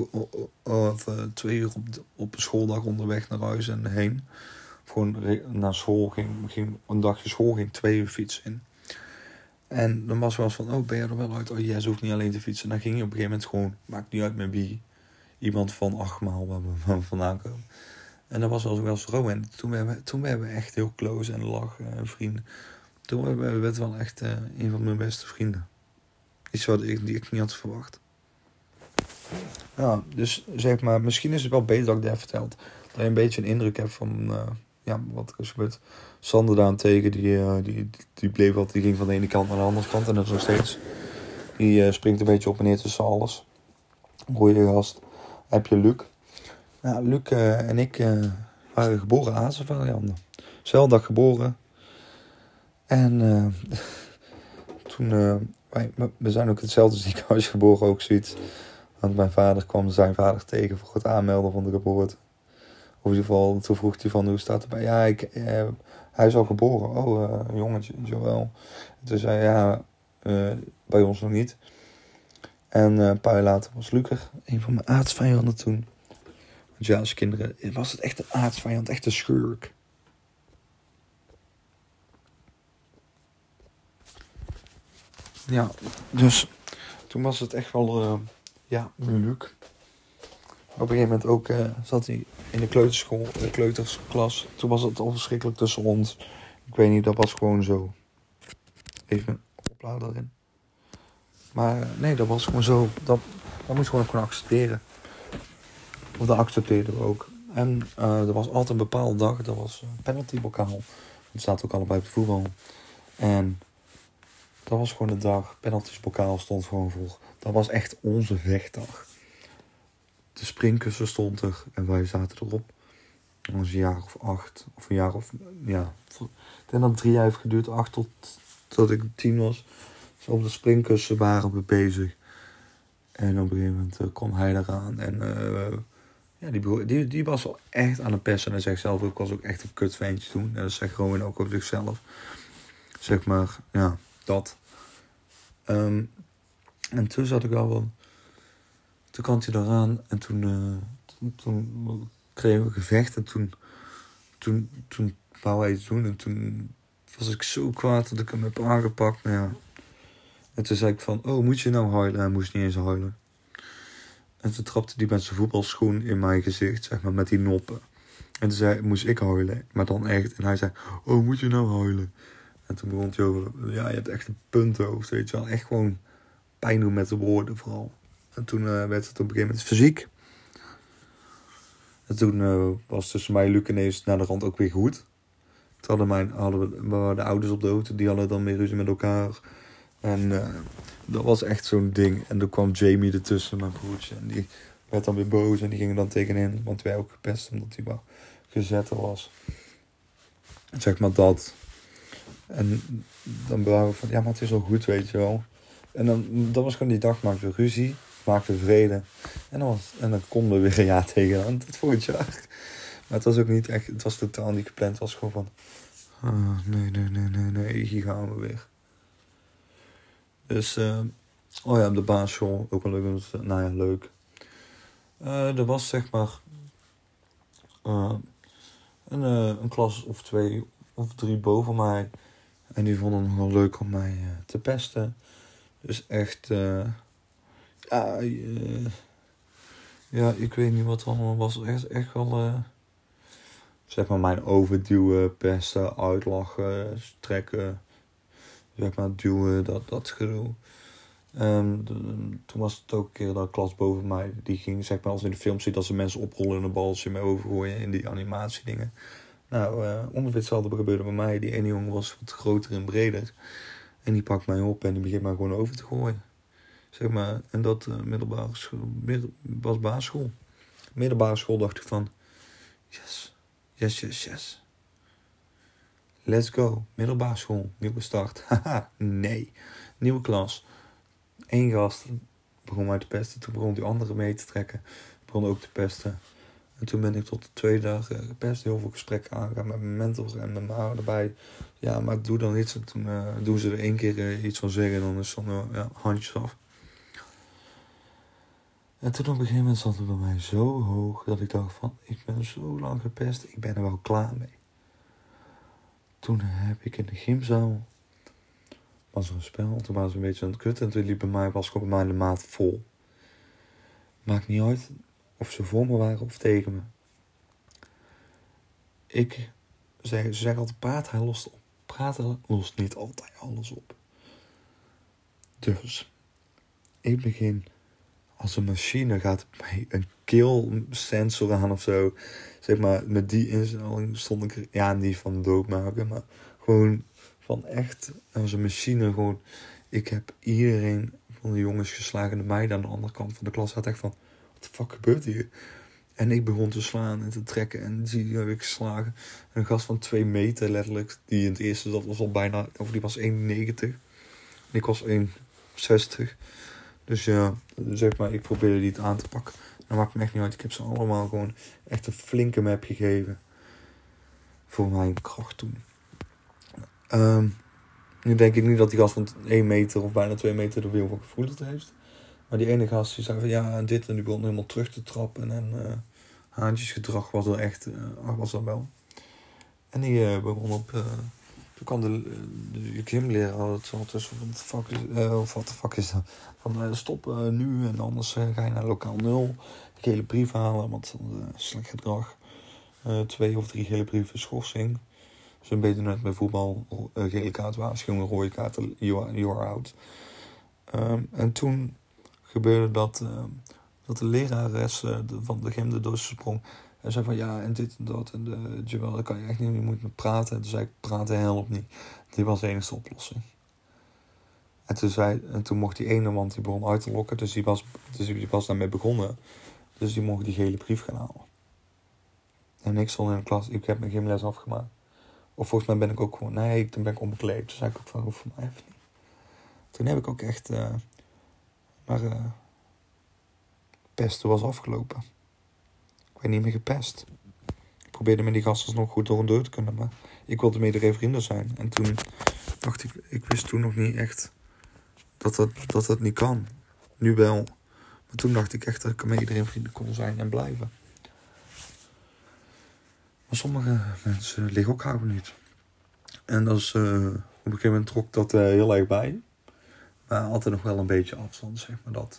2 uur op een schooldag onderweg naar huis en heen. Gewoon naar school ging een dagje school, ging 2 uur fietsen in. En dan was wel eens van, ben je er wel uit? Oh, jij hoeft niet alleen te fietsen. Dan ging je op een gegeven moment gewoon, maakt niet uit met wie, iemand van 8 maal waar we vandaan komen. En dat was wel eens Ro. En toen werden we echt heel close en lachen en vrienden. Toen werd het wel echt een van mijn beste vrienden. Iets wat die ik niet had verwacht. Ja, dus zeg maar, misschien is het wel beter dat ik dat verteld. Dat je een beetje een indruk hebt van, wat er is gebeurd. Sander daarentegen, die bleef altijd, die ging van de ene kant naar de andere kant. En dat is nog steeds. Die springt een beetje op en neer tussen alles. Goeie gast. Heb je Luc. Ja, Luc en ik waren geboren azenvijanden. Zelfde dag geboren. En toen, we zijn ook hetzelfde ziekenhuis geboren, ook zoiets. Want mijn vader kwam zijn vader tegen voor het aanmelden van de geboorte. Of in ieder geval, toen vroeg hij van, hoe staat het bij? Ja, hij is al geboren. Een jongetje, Joël. En toen zei hij, bij ons nog niet. En een paar jaar later was Luc er, een van mijn aardsvijanden toen. Want ja, als kinderen was het echt een aardsvijand, echt een schurk. Ja, dus toen was het echt wel, moeilijk. Op een gegeven moment ook zat hij in de kleuterschool, de kleutersklas. Toen was het al verschrikkelijk tussen ons. Ik weet niet, dat was gewoon zo. Even een oplader erin. Maar nee, dat was gewoon zo. Dat moest je gewoon accepteren. Of dat accepteerden we ook. En er was altijd een bepaalde dag. Dat was penaltybokaal. Het staat ook allebei op het voetbal. En dat was gewoon de dag. Penaltybokaal stond gewoon voor. Dat was echt onze vechtdag. De springkussen stond er. En wij zaten erop. Dat was een jaar of 8. Of een jaar of... Ja. Ik denk dat het 3 jaar heeft geduurd. 8 tot ik 10 was. Dus op de springkussen waren we bezig. En op een gegeven moment kwam hij eraan. En die was wel echt aan het pesten. En hij zegt zelf, ik was ook echt een kutventje toen. En dat zegt Rowan ook over zichzelf. Zeg maar, ja, dat. En toen zat ik wel van... Toen kwam hij eraan. En toen kregen we een gevecht. En toen wou hij iets doen. En toen was ik zo kwaad dat ik hem heb aangepakt. Maar ja. En toen zei ik van, oh, moet je nou huilen? Hij moest niet eens huilen. En toen trapte hij met zijn voetbalschoen in mijn gezicht, zeg maar, met die noppen. En toen moest ik huilen, maar dan echt. En hij zei, oh, moet je nou huilen? En toen begon hij over, ja, je hebt echt een punthoofd, weet je wel. Echt gewoon pijn doen met de woorden vooral. En toen werd het op een gegeven moment fysiek. En toen was tussen mij en Luc ineens naar de rand ook weer goed. Toen hadden de ouders op de auto, die hadden dan weer ruzie met elkaar. En dat was echt zo'n ding. En toen kwam Jamie ertussen, mijn broertje. En die werd dan weer boos en die ging er dan tegenin. Want wij ook gepest omdat hij wel gezetter was. Zeg maar dat. En dan waren we van, ja, maar het is wel goed, weet je wel. En dan was gewoon die dag, maakten we ruzie. Maakten we vrede. En dan konden we weer een jaar tegenaan. Tot volgend jaar. Maar het was ook niet echt, het was totaal niet gepland. Het was gewoon van, nee, hier gaan we weer. Dus, op de basisschool, ook wel leuk. Leuk. Er was zeg maar een klas of 2 of 3 boven mij. En die vonden het wel leuk om mij te pesten. Dus echt, ik weet niet wat allemaal was. Echt wel, zeg maar, mijn overduwen, pesten, uitlachen, strekken. Zeg maar, duwen, dat gedoe. Toen was het ook een keer dat klas boven mij, die ging, zeg maar, als in de film ziet dat ze mensen oprollen en een balsje mee overgooien in die animatiedingen. Nou, ongeveer hetzelfde gebeurde bij mij. Die ene jongen was wat groter en breder. En die pakt mij op en die begint mij gewoon over te gooien. Zeg maar, en dat middelbare school, was basisschool. Middelbare school dacht ik van, yes. Let's go. Middelbare school, nieuwe start. Haha, nee. Nieuwe klas. 1 gast begon mij te pesten. Toen begon die andere mee te trekken. Begon ook te pesten. En toen ben ik tot de 2 dagen gepest. Heel veel gesprekken aangegaan met mijn mentor en mijn ma erbij. Ja, maar ik doe dan iets. En toen doen ze er 1 keer iets van zeggen. En dan is het dan handjes af. En toen op een gegeven moment zat het bij mij zo hoog. Dat ik dacht van, ik ben zo lang gepest. Ik ben er wel klaar mee. Toen heb ik in de gymzaal, was er een spel, toen waren ze een beetje aan het kutten. En toen liep was gewoon bij mij de maat vol. Maakt niet uit of ze voor me waren of tegen me. Ze zeggen altijd, praten lost op. Praten lost niet altijd alles op. Dus, ik begin als een machine, gaat mij een keelsensor aan of zo. Zeg maar, met die instelling stond ik, ja, niet van doodmaken, maar gewoon van echt als een machine. Gewoon, ik heb iedereen van de jongens geslagen en de meiden aan de andere kant van de klas had echt van, wat de fuck gebeurt hier? En ik begon te slaan en te trekken en die heb ik geslagen. En een gast van 2 meter letterlijk, die in het eerste zat, was al bijna, of die was 1,90. En ik was 1,60. Dus ja, zeg maar, ik probeerde die aan te pakken. Dat maakt me echt niet uit. Ik heb ze allemaal gewoon echt een flinke map gegeven. Voor mijn kracht toen. Nu denk ik niet dat die gast van 1 meter of bijna 2 meter er veel van gevoeld heeft. Maar die ene gast die zei van ja, dit en die begon helemaal terug te trappen. En Haantjesgedrag was er echt, was er wel. En die begon op... toen kwam de gymleraar, het zat tussen wat de fuck is dat? Van stop nu en anders ga je naar lokaal 0. Gele brief halen, want slecht gedrag. 2 of 3 gele brieven, schorsing. Dus een beetje net bij voetbal, gele kaart, waarschuwing, rode kaart, you are out. En toen gebeurde dat de lerares van de gym de doos sprong. En zei van ja, en dit en dat. En Joel, dat kan je echt niet, je moet met praten. En toen zei ik, praten helpt niet. Dit was de enige oplossing. En toen mocht die ene man, die begon uit te lokken. Dus die was daarmee begonnen. Dus die mocht die gele brief gaan halen. En ik stond in de klas, ik heb mijn gymles afgemaakt. Of volgens mij ben ik ook gewoon, nee, toen ben ik onbekleed. Toen zei ik ook van, hoeft voor mij even niet. Toen heb ik ook echt, pesten was afgelopen. Ik werd niet meer gepest. Ik probeerde met die gasten nog goed door te kunnen, maar ik wilde met iedereen vrienden zijn. En toen dacht ik wist toen nog niet echt dat niet kan. Nu wel. Maar toen dacht ik echt dat ik met iedereen vrienden kon zijn en blijven. Maar sommige mensen liggen ook houden niet. En dat is, op een gegeven moment trok dat heel erg bij. Maar altijd nog wel een beetje afstand, zeg maar dat.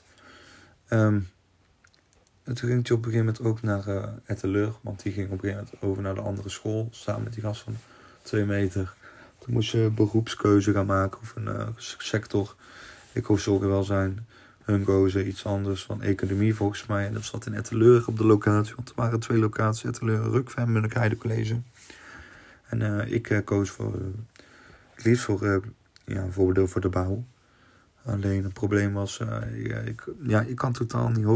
En toen ging hij op een gegeven moment ook naar Etteleur. Want die ging op een gegeven moment over naar de andere school. Samen met die gast van 2 meter. Toen moest je beroepskeuze gaan maken. Of een sector. Ik koos zorgwelzijn. Hun kozen iets anders van economie volgens mij. En dat zat in Etteleur op de locatie. Want er waren 2 locaties. Etteleur en Rukven en Heide College. En ik koos voor het liefst voor de bouw. Alleen het probleem was, ik kan totaal niet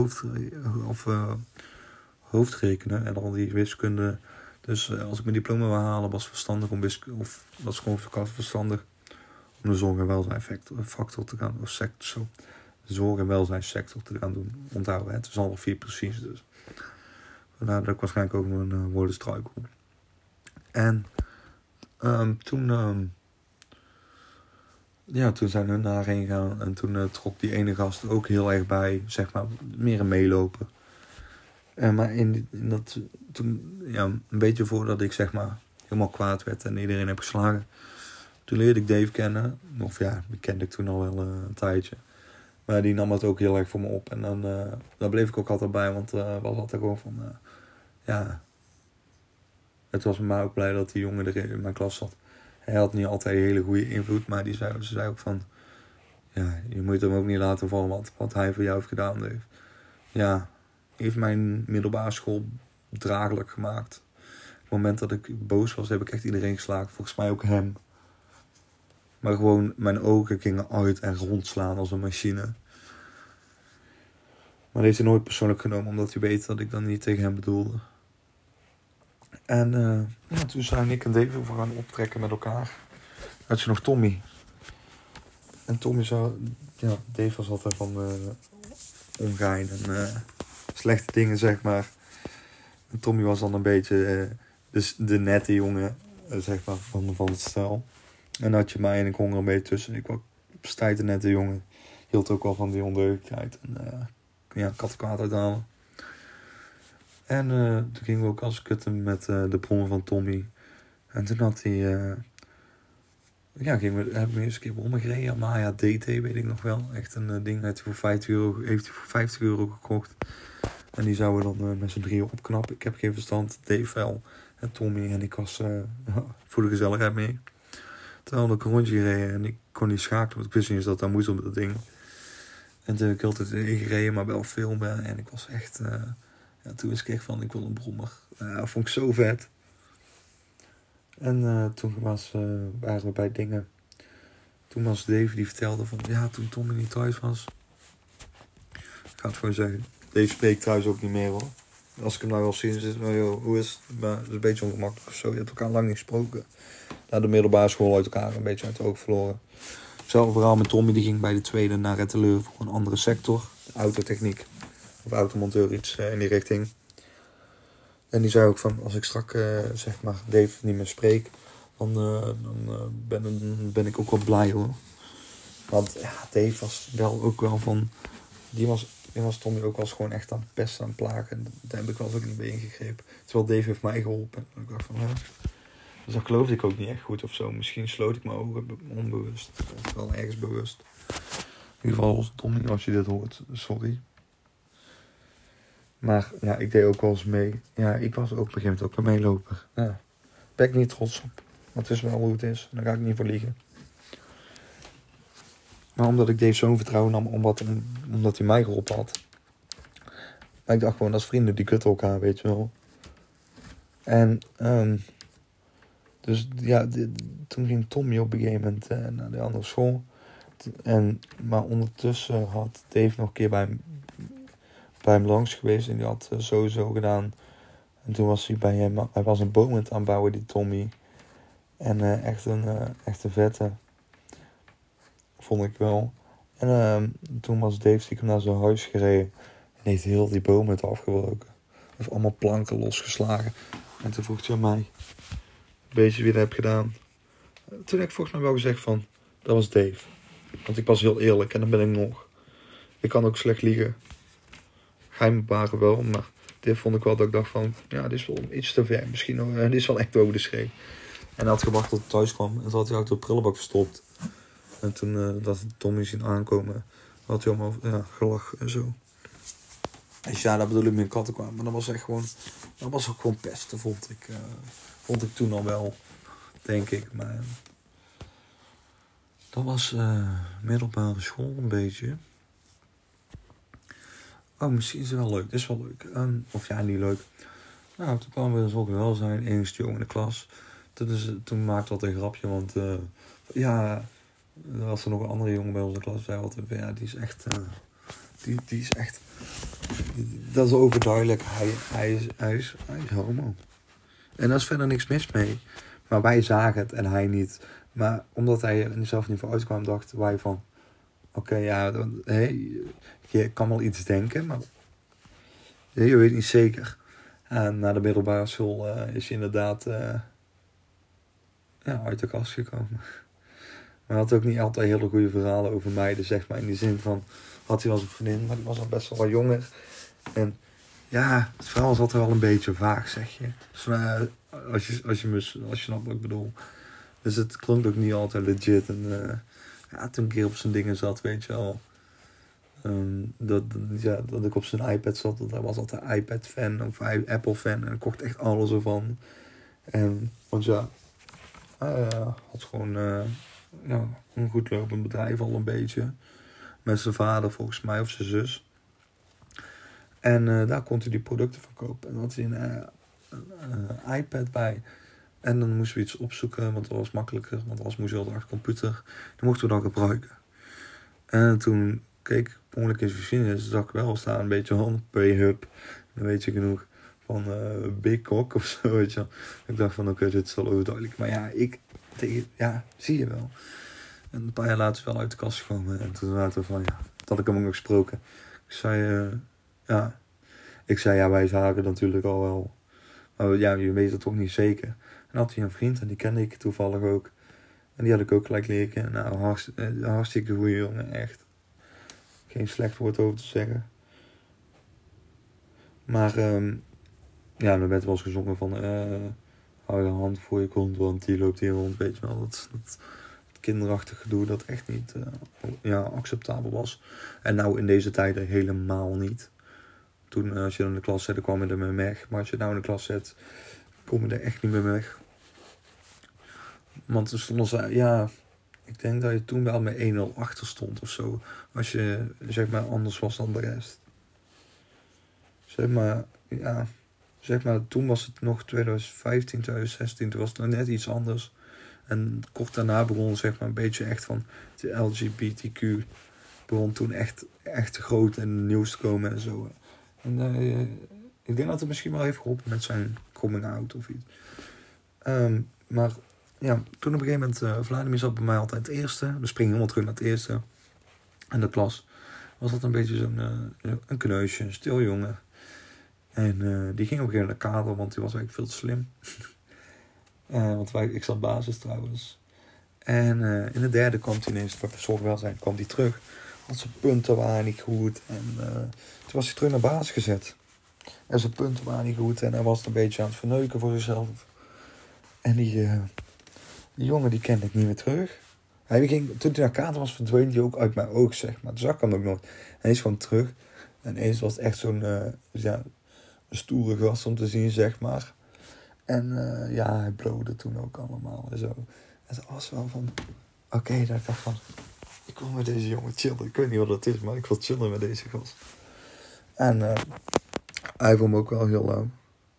hoofdrekenen en al die wiskunde. Dus als ik mijn diploma wil halen, was verstandig om wiskunde, of was gewoon verstandig om de zorg- en welzijnsfactor te gaan, of sector zo. De zorg- en welzijnssector te gaan doen, onthouden. Het is alle 4 precies, dus. Vandaar dat ik waarschijnlijk ook mijn woorden struikel. En toen zijn hun daarheen gegaan. En toen trok die ene gast ook heel erg bij. Zeg maar, meer een meelopen. Maar toen, een beetje voordat ik zeg maar helemaal kwaad werd en iedereen heb geslagen. Toen leerde ik Dave kennen. Of ja, die kende ik toen al wel een tijdje. Maar die nam het ook heel erg voor me op. En dan daar bleef ik ook altijd bij. Want was altijd gewoon van, het was me maar ook blij dat die jongen er in mijn klas zat. Hij had niet altijd een hele goede invloed, maar ze zei ook van, ja, je moet hem ook niet laten vallen wat hij voor jou heeft gedaan. Heeft mijn middelbare school draaglijk gemaakt. Op het moment dat ik boos was, heb ik echt iedereen geslagen. Volgens mij ook hem. Maar gewoon, mijn ogen gingen uit en rondslaan als een machine. Maar dat heeft hij nooit persoonlijk genomen, omdat hij weet dat ik dan niet tegen hem bedoelde. En toen zijn ik en Dave voor gaan optrekken met elkaar. Had je nog Tommy. En Tommy Dave was altijd van ongein en slechte dingen, zeg maar. En Tommy was dan een beetje de nette jongen, zeg maar, van het stel. En dan had je mij en ik hong er een beetje tussen. Ik was stijt een nette jongen. Hield ook wel van die ondeugdheid. En kattenkwaad uithalen. En toen gingen we ook als kutten met de bronnen van Tommy. En toen had hij... hebben we eens een keer brommen gereden. Maya DT, weet ik nog wel. Echt een ding heeft hij voor €50 gekocht. En die zouden we dan met z'n drieën opknappen. Ik heb geen verstand. Dave wel. En Tommy en ik was voor de gezelligheid mee. Toen had ik een rondje gereden en ik kon niet schakelen. Want ik wist niet eens dat moest op dat ding. En toen heb ik altijd ingereden, maar wel filmen. En ik was echt... toen was ik echt van, ik wil een brommer. Dat vond ik zo vet. En toen waren we bij dingen. Toen was Dave die vertelde van, toen Tommy niet thuis was. Ik ga het gewoon zeggen. Dave spreekt thuis ook niet meer, hoor. Als ik hem nou wel zie, dan zit hij, hoe is het? Maar het is een beetje ongemakkelijk of zo. Je hebt elkaar lang niet gesproken. Na de middelbare school uit elkaar een beetje uit het oog verloren. Hetzelfde verhaal met Tommy, die ging bij de tweede naar Etteleur voor een andere sector. Autotechniek. Of automonteur, iets in die richting. En die zei ook van, als ik straks Dave niet meer spreek, dan ben ik ook wel blij, hoor. Want Dave was wel ook wel van, die was was Tommy ook wel eens gewoon echt aan het pesten, aan het plagen. En daar heb ik wel eens ook niet bij ingegrepen. Terwijl Dave heeft mij geholpen. En ik dacht van, dus dat geloofde ik ook niet echt goed of zo. Misschien sloot ik mijn ogen onbewust. Of wel ergens bewust. In ieder geval, Tommy, als je dit hoort, sorry. Maar ja, ik deed ook wel eens mee. Ja, ik was ook op een gegeven moment ook een meeloper. Ja, ben ik niet trots op. Maar het is wel hoe het is. Daar ga ik niet voor liegen. Maar omdat ik Dave zo'n vertrouwen nam, omdat hij mij geholpen had. Maar ik dacht gewoon, als vrienden, die kutten elkaar, weet je wel. En, dus ja, toen ging Tommy op een gegeven moment naar de andere school. Maar ondertussen had Dave nog een keer bij hem langs geweest. En die had sowieso gedaan. En toen was hij bij hem, hij was een boom aan het aanbouwen, die Tommy. En echt een vette. Vond ik wel. En toen was Dave stiekem naar zijn huis gereden. En heeft heel die boom uit afgebroken. Heeft allemaal planken losgeslagen. En toen vroeg hij aan mij. Een beetje wie dat heb gedaan. Toen heb ik volgens mij wel gezegd van. Dat was Dave. Want ik was heel eerlijk. En dan ben ik nog. Ik kan ook slecht liegen. Geheim bewaren wel. Maar dit vond ik wel dat ik dacht van. Ja, dit is wel iets te ver. Misschien dit is wel echt over de schreef. En hij had gewacht tot hij thuis kwam. En toen had hij ook de prullenbak verstopt. En toen dat Tommy zien aankomen, had hij allemaal gelachen en zo. Dus ja, dat bedoel ik met katten kwamen. Maar dat was echt gewoon, dat was ook gewoon pesten, vond ik toen al wel, denk ik. Maar dat was middelbare school een beetje. Oh, misschien is het wel leuk. Dit is wel leuk. Of ja, niet leuk. Nou, toen kwamen we dus ook wel zijn enigste jongen in de klas. Toen maakte dat een grapje, want er was er nog een andere jongen bij onze klas. Zei altijd, ja, die is echt... Die is echt... Dat is overduidelijk. Hij is homo. En daar is verder niks mis mee. Maar wij zagen het en hij niet. Maar omdat hij er zelf niet voor uitkwam, dachten wij van... Oké, je kan wel iets denken, maar... Je weet niet zeker. En na de middelbare school is hij inderdaad... uit de kast gekomen. Maar hij had ook niet altijd hele goede verhalen over meiden, zeg maar. In die zin van, had hij wel zijn vriendin, maar die was al best wel wat jonger. En ja, het verhaal zat er wel een beetje vaag, zeg je. Dus, als je snapt wat ik bedoel. Dus het klonk ook niet altijd legit. En toen een keer op zijn dingen zat, weet je wel. Dat ik op zijn iPad zat. Dat hij was altijd iPad-fan of Apple-fan. En ik kocht echt alles ervan. Want ja... had gewoon een goed lopend bedrijf al een beetje. Met zijn vader volgens mij of zijn zus. En daar kon hij die producten verkopen. En dan had hij een iPad bij. En dan moesten we iets opzoeken, want dat was makkelijker. Want anders moest je al achter computer. Die mochten we dan gebruiken. En toen keek ik ongeluk in zijn geschiedenis. Zag ik wel staan een beetje van P-Hub. Dan weet je genoeg van Big Cock of zo, weet je wel. Ik dacht van, oké, dit is wel overduidelijk. Maar ja, zie je wel. En een paar jaar later is wel uit de kast gekomen. En toen later van, dat had ik hem ook nog gesproken. Ik zei, wij zagen natuurlijk al wel. Maar ja, je weet het toch niet zeker. En had hij een vriend en die kende ik toevallig ook. En die had ik ook gelijk leren kennen. Nou, hartstikke goede jongen, echt. Geen slecht woord over te zeggen. Maar, er werd wel eens gezongen van... hou je hand voor je kont, want die loopt hier rond. Weet je wel, dat kinderachtig gedoe dat echt niet acceptabel was. En nou in deze tijden helemaal niet. Toen als je dan in de klas zet, dan kwam je er mee weg. Maar als je nou in de klas zet, kom je er echt niet meer weg. Want er stonden ze, ik denk dat je toen wel met 1-0 achter stond of zo. Als je, zeg maar, anders was dan de rest. Zeg maar, toen was het nog 2015, 2016, toen was het nog net iets anders. En kort daarna begon, zeg maar, een beetje echt van de LGBTQ. Begon toen echt groot en nieuws te komen en zo. En ik denk dat het misschien wel heeft geholpen met zijn coming out of iets. Maar ja, toen op een gegeven moment, Vladimir zat bij mij altijd het eerste. We springen helemaal terug naar het eerste. En de klas was dat een beetje zo'n een kneusje, een stil jongen. En die ging op een gegeven moment naar kader, want die was eigenlijk veel te slim. Want ik zat basis trouwens. En in de derde kwam hij ineens, bij zorgwelzijn kwam hij terug. Want zijn punten waren niet goed. En toen was hij terug naar baas gezet. En zijn punten waren niet goed. En hij was een beetje aan het verneuken voor zichzelf. En die jongen die kende ik niet meer terug. Toen hij naar kater was, verdween hij ook uit mijn oog, zeg maar. Toen zag ik hem ook nog. Hij is gewoon terug. En eens was het echt zo'n een stoere gast om te zien, zeg maar. En hij blode toen ook allemaal en zo. En dat was wel van... Oké, dat ik dacht van... Ik wil met deze jongen chillen. Ik weet niet wat dat is, maar ik wil chillen met deze gast. En hij vond me ook wel heel lauw.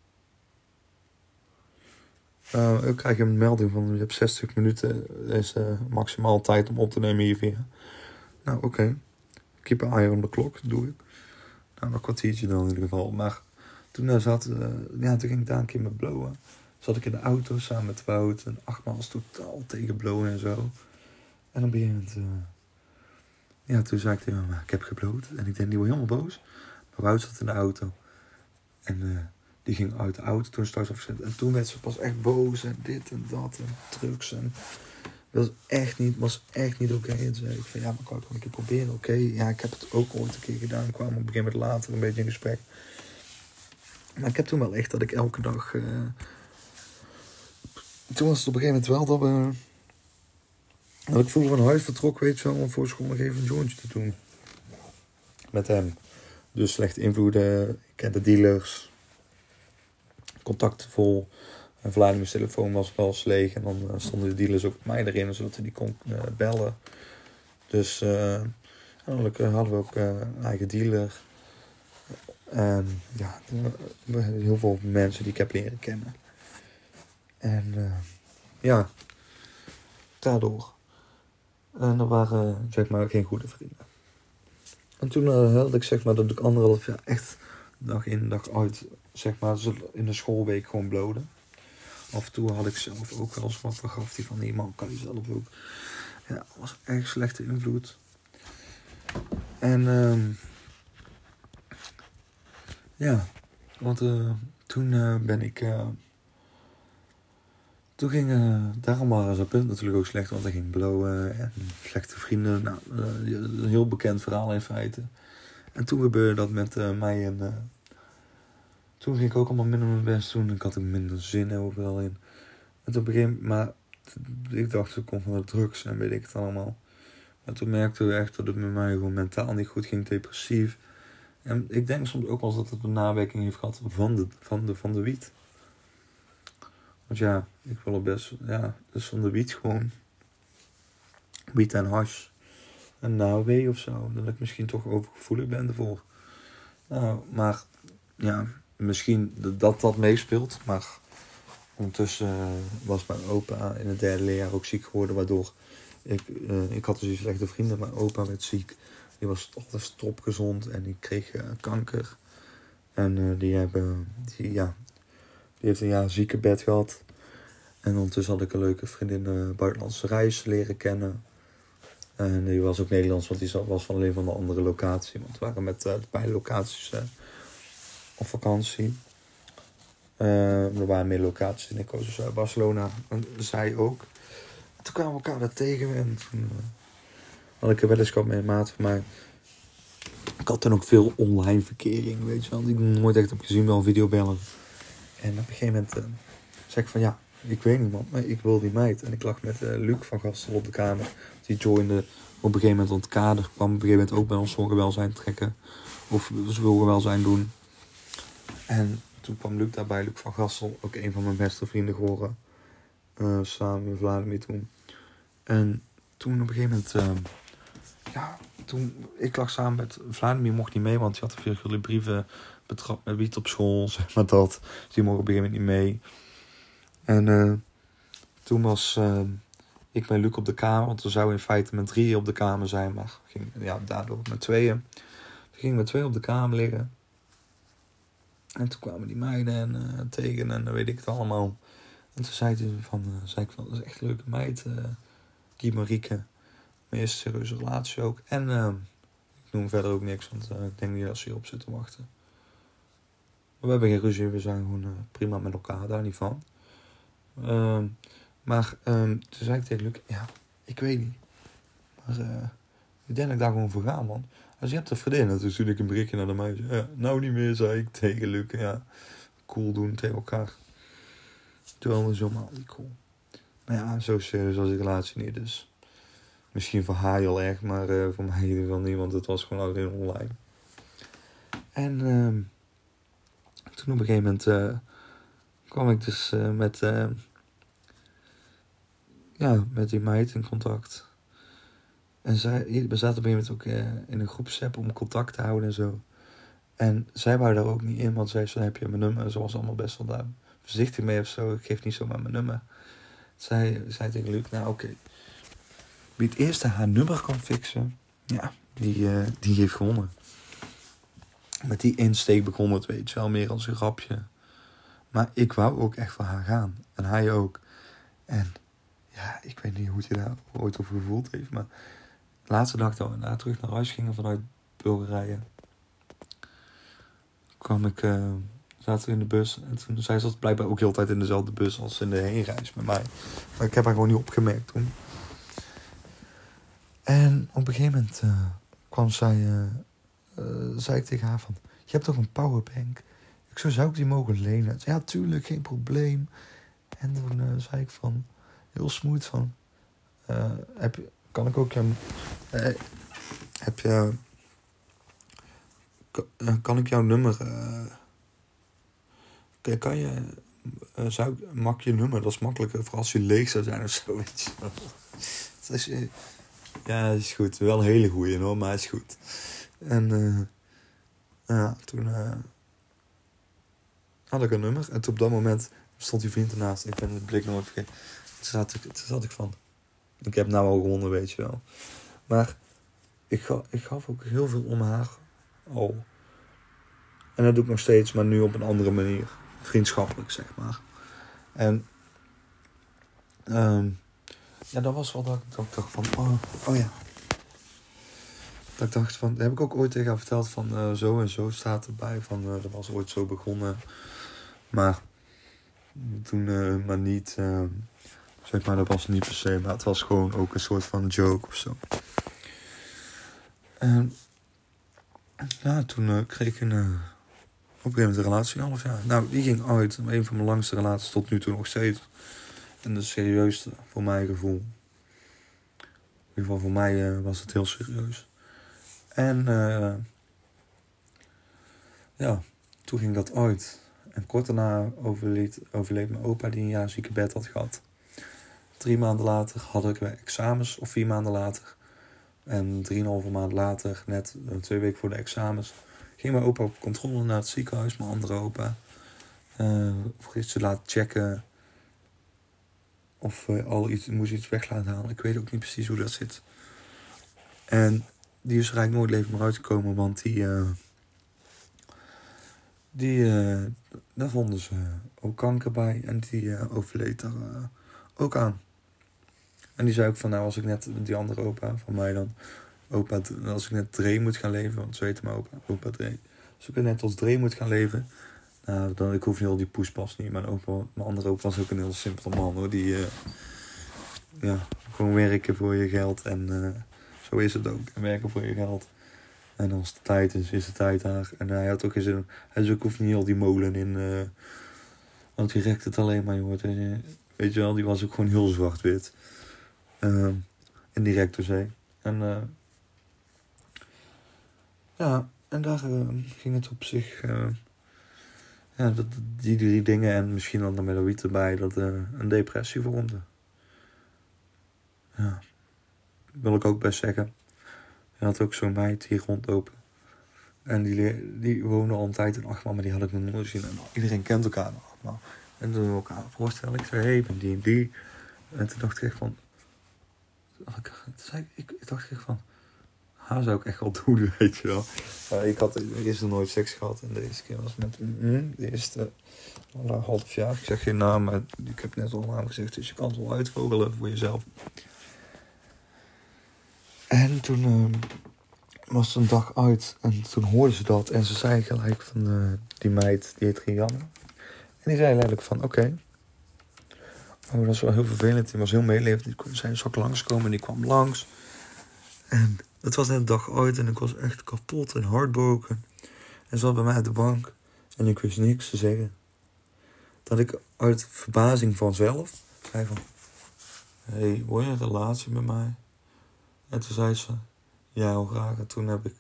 Ik krijg een melding van... Je hebt 60 minuten. Dat is maximaal tijd om op te nemen hiervoor. Nou, oké. Keep an eye on the clock. Doe ik. Nou, een kwartiertje dan in ieder geval. Maar toen toen ging ik daar een keer met blowen. Zat ik in de auto samen met Wout. En 8 maal totaal tegen blowen en zo. En op een gegeven moment... toen zei ik tegen hem, ik heb gebloot. En ik denk, die wordt helemaal boos. Maar Wout zat in de auto. En die ging uit de auto toen straks afzetten. En toen werd ze pas echt boos. En dit en dat. En drugs. En dat was echt niet oké. En toen zei ik van, maar ik wou het gewoon een keer proberen. Oké, ik heb het ook ooit een keer gedaan. Ik kwam op een gegeven moment later een beetje in gesprek. Maar ik heb toen wel echt dat ik elke dag... Toen was het op een gegeven moment wel dat ik vroeger van huis vertrok, weet je wel, om voor school nog even een jointje te doen. Met hem. Dus slechte invloeden, ik kende dealers, contacten vol. En Vladimir's telefoon was wel eens leeg en dan stonden de dealers ook bij mij erin, zodat hij die kon bellen. Dus dan hadden we ook een eigen dealer. En heel veel mensen die ik heb leren kennen. En daardoor. En dat waren zeg maar geen goede vrienden. En toen had ik zeg maar dat ik 1,5 jaar echt dag in dag uit zeg maar in de schoolweek gewoon bloden. Af en toe had ik zelf ook wel eens wat vergaf die van die man kan je zelf ook. Ja, dat was echt slechte invloed. En toen ben ik... Toen ging, daarom waren zijn punt natuurlijk ook slecht, want hij ging blowen en slechte vrienden. Nou, een heel bekend verhaal in feite. En toen gebeurde dat met mij en... toen ging ik ook allemaal minder mijn best doen. Ik had er minder zin overal in. En toen maar ik dacht, het komt van de drugs en weet ik het allemaal. Maar toen merkte ik echt dat het met mij gewoon mentaal niet goed ging, depressief. En ik denk soms ook wel dat het een nawerking heeft gehad van de wiet. Want ik wil er best... dus van de wiet gewoon. Wiet en hash. En nou of zo. Dat ik misschien toch overgevoelig ben ervoor. Nou, maar... misschien dat meespeelt. Maar ondertussen was mijn opa in het 3e leerjaar ook ziek geworden. Waardoor ik had dus slechte vrienden. Mijn opa werd ziek. Die was altijd stropgezond. En die kreeg kanker. En die heeft een jaar ziekenbed gehad. En ondertussen had ik een leuke vriendin buitenlandse reis leren kennen. En die was ook Nederlands, want die was van alleen van een andere locatie. Want we waren met beide locaties op vakantie. Er waren meer locaties en ik koos dus Barcelona. En zij ook. En toen kwamen we elkaar daar tegen. En toen had ik een weddenschap met een maat van mij. Ik had toen ook veel online verkering, weet je wel. Die ik nooit echt heb gezien, wel videobellen. En op een gegeven moment zei ik van ik weet niet man, maar ik wil die meid. En ik lag met Luc van Gastel op de kamer. Die joinde op een gegeven moment, want kader kwam op een gegeven moment ook bij ons zorgwelzijn trekken. Of zorgwelzijn doen. En toen kwam Luc daarbij, Luc van Gastel, ook een van mijn beste vrienden geworden. Samen met Vladimir toen. En toen op een gegeven moment, ik lag samen met Vladimir, mocht niet mee, want hij had veel brieven betrapt met wiet op school, zeg maar dat. Dus die mocht op een gegeven moment niet mee. En toen was ik met Luc op de kamer, want we zouden in feite met 3 op de kamer zijn, maar daardoor met 2. Toen gingen we met 2 op de kamer liggen. En toen kwamen die meiden tegen en dan weet ik het allemaal. En toen zei ik van, dat is echt een leuke meid, die Marieke. Mijn eerste serieuze relatie ook. En ik noem verder ook niks, want ik denk niet dat ze hierop zitten wachten. Maar we hebben geen ruzie, we zijn gewoon prima met elkaar, daar niet van. Maar toen zei ik tegen Luc, ik weet niet. Maar Ik denk dat ik daar gewoon voor ga, man. Als je hebt een vriendin, toen stuurde ik een berichtje naar de meisje. Ja, nou niet meer, zei ik tegen Luc. Ja, cool doen tegen elkaar. Terwijl dat is helemaal niet cool. Maar ja, zo serieus was die relatie niet, dus... Misschien voor haar heel erg, maar voor mij in ieder geval niet, want het was gewoon alleen online. En toen op een gegeven moment kwam ik dus met die meid in contact. En we zaten op een gegeven moment ook in een groepsapp om contact te houden en zo. En zij wou daar ook niet in, want zij zei, heb je mijn nummer? Ze was allemaal best wel daar voorzichtig mee of zo. Ik geef niet zomaar mijn nummer. Zij zei tegen Luc, nou oké. Wie het eerste haar nummer kan fixen, ja, die heeft gewonnen. Met die insteek begon het, weet je wel, meer als een grapje. Maar ik wou ook echt voor haar gaan. En hij ook. En ja, ik weet niet hoe hij daar ooit over gevoeld heeft. Maar de laatste dag dat we daarna terug naar huis gingen vanuit Bulgarije, zaten we in de bus. En toen, zij zat blijkbaar ook heel de tijd in dezelfde bus als in de heenreis met mij. Maar ik heb haar gewoon niet opgemerkt toen. En op een gegeven moment zei ik tegen haar van, je hebt toch een powerbank? Zou ik die mogen lenen? Ja, tuurlijk, geen probleem. En toen zei ik van, heel smooth van, kan ik jouw nummer, mag je nummer, dat is makkelijker voor als je leeg zou zijn of zo, weet je wel. Ja, is goed. Wel een hele goeie hoor, maar is goed. En toen had ik een nummer. En toen op dat moment stond die vriend ernaast. Ik ben het blik nooit vergeten. Toen zat ik van, ik heb nou al gewonnen, weet je wel. Maar ik gaf ook heel veel om haar al. En dat doe ik nog steeds, maar nu op een andere manier. Vriendschappelijk, zeg maar. En dat was wel dat ik dacht van, oh ja. Dat ik dacht van, dat heb ik ook ooit tegen haar verteld van, zo en zo staat erbij. Van, dat was ooit zo begonnen. Maar toen maar niet, zeg maar, dat was niet per se. Maar het was gewoon ook een soort van joke of zo. En ja, toen kreeg ik op een gegeven moment een relatie, 1,5 jaar. Nou, die ging uit. Een van mijn langste relaties tot nu toe nog steeds. En dat is serieus voor mijn gevoel. In ieder geval voor mij was het heel serieus. En toen ging dat uit. En kort daarna overleed mijn opa die een jaar ziekenbed had gehad. 3 maanden later had ik weer examens, of 4 maanden later. En 3,5 maand later, net 2 weken voor de examens, ging mijn opa op controle naar het ziekenhuis, mijn andere opa. Voor iets te laten checken of moest iets weg laten halen. Ik weet ook niet precies hoe dat zit. En die is er eigenlijk nooit levend meer uitgekomen, want daar vonden ze ook kanker bij. En die overleed daar ook aan. En die zei ook van, nou, als ik net, die andere opa van mij dan, als ik net Dre moet gaan leven, want zo heette mijn opa Dre. Als ik net als Dre moet gaan leven, nou, dan, ik hoef niet al die poespas niet. Mijn andere opa was ook een heel simpele man, hoor. Die, gewoon werken voor je geld en zo is het ook. En werken voor je geld. En als de tijd is de tijd daar. En hij had ook geen zin. Hij zei, ik hoef niet al die molen in. Want die rekt het alleen maar, joh. Weet je wel, die was ook gewoon heel zwart-wit. In die rectorzee. En en daar ging het op zich. Die 3 dingen en misschien dan met de erbij, dat een depressie vormde. Ja. Wil ik ook best zeggen. Hij had ook zo'n meid hier rondlopen. En die woonde al een tijd in Achmar, maar die had ik nog nooit gezien. En iedereen kent elkaar nog allemaal. En toen we elkaar voorstellen, ik zei, hey, ik ben die en die. En toen dacht ik echt van... Ik dacht echt van... Haar zou ik echt wel doen, weet je wel. Ik had eerst nog nooit seks gehad. En deze keer was met de eerste 1,5 jaar. Ik zeg geen naam, maar ik heb net al een naam gezegd. Dus je kan het wel uitvogelen voor jezelf. En toen was het een dag uit. En toen hoorde ze dat. En ze zei gelijk van die meid, die heet Rianne. En die zei letterlijk van, oké. Dat is wel heel vervelend. Die was heel meelevend. Die zei, zal ik langskomen? En die kwam langs. En Het was net een dag uit en ik was echt kapot en heartbroken. En ze zat bij mij op de bank en ik wist niks te zeggen. Dat ik uit verbazing vanzelf zei van... Hey, wil je een relatie met mij? En toen zei ze... Ja, heel graag. En toen heb ik...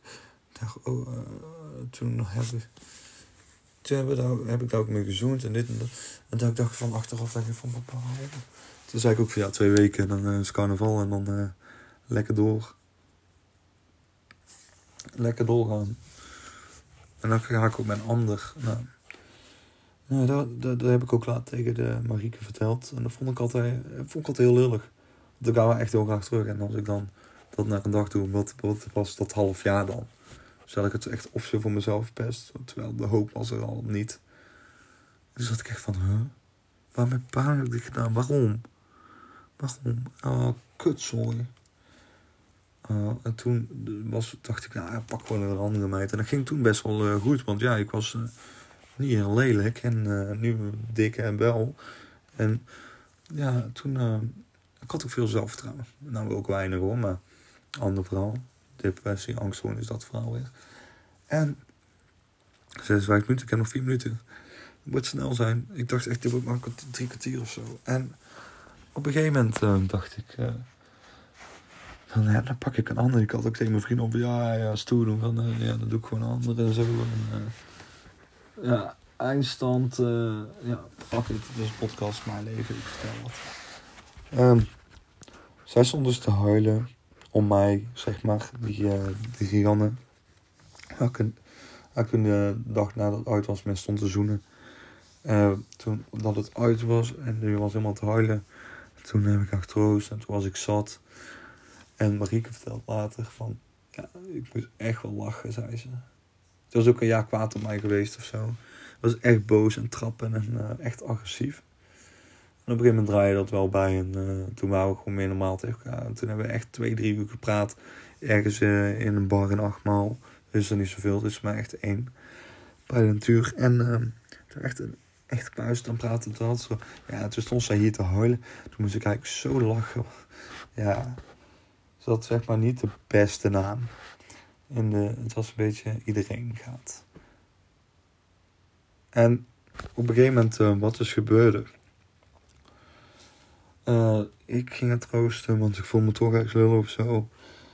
Toen heb ik daar ook mee gezoend en dit en dat. En toen dacht ik van achteraf... van papa, toen zei ik ook van ja, 2 weken en dan is carnaval en dan lekker door. Lekker doorgaan. En dan ga ik ook met een ander. Dat heb ik ook laat tegen de Marieke verteld. En dat vond ik altijd heel lullig. Want ik ga echt heel graag terug. En als ik dan dat naar een dag doe, wat was dat half jaar dan? Zal ik het echt officieel voor mezelf pest? Terwijl de hoop was er al niet. Dus zat ik echt van, waarom heb ik dit gedaan? Waarom? Oh, kutzooi. En toen dacht ik, pak gewoon een andere meid. En dat ging toen best wel goed. Want ja, ik was niet heel lelijk. En nu dik en wel. En ja, toen... ik had ook veel zelfvertrouwen. Nou, ook weinig hoor, maar... Ander verhaal. Depressie, angststoornis, is dat verhaal weer. En... 56 minuten, ik heb nog 4 minuten. Het moet snel zijn. Ik dacht echt, dit wordt maar 3 kwartier of zo. En... Op een gegeven moment dacht ik... Van ja, dan pak ik een ander. Ik had ook tegen mijn vrienden op, ja, stoer doen. Van ja, dan doe ik gewoon een andere en zo. En, ja, eindstand. Ja, fuck it. Het is een podcast, mijn leven. Ik vertel wat. Zij stond dus te huilen om mij, zeg maar, die Rianne. Ik de dag nadat het uit was, met stond te zoenen. Toen dat het uit was en nu was helemaal te huilen. Toen heb ik haar getroost en toen was ik zat. En Marieke vertelt later van... Ja, ik moest echt wel lachen, zei ze. Het was ook een jaar kwaad op mij geweest of zo. Het was echt boos en trappen en echt agressief. En op een gegeven moment draaide dat wel bij. En toen waren we gewoon meer normaal tegen elkaar. En toen hebben we echt 2-3 uur gepraat. Ergens in een bar in Achtmaal. Dus er niet zoveel, dus maar echt 1. Bij de natuur. En toen echt kluis dan praten dat zo. Ja, toen stond zij hier te huilen. Toen moest ik eigenlijk zo lachen. Ja... Dus dat is zeg maar niet de beste naam. Het was een beetje iedereen gaat. En op een gegeven moment, wat dus gebeurde. Ik ging het troosten, want ik voelde me toch ergens lullen of zo.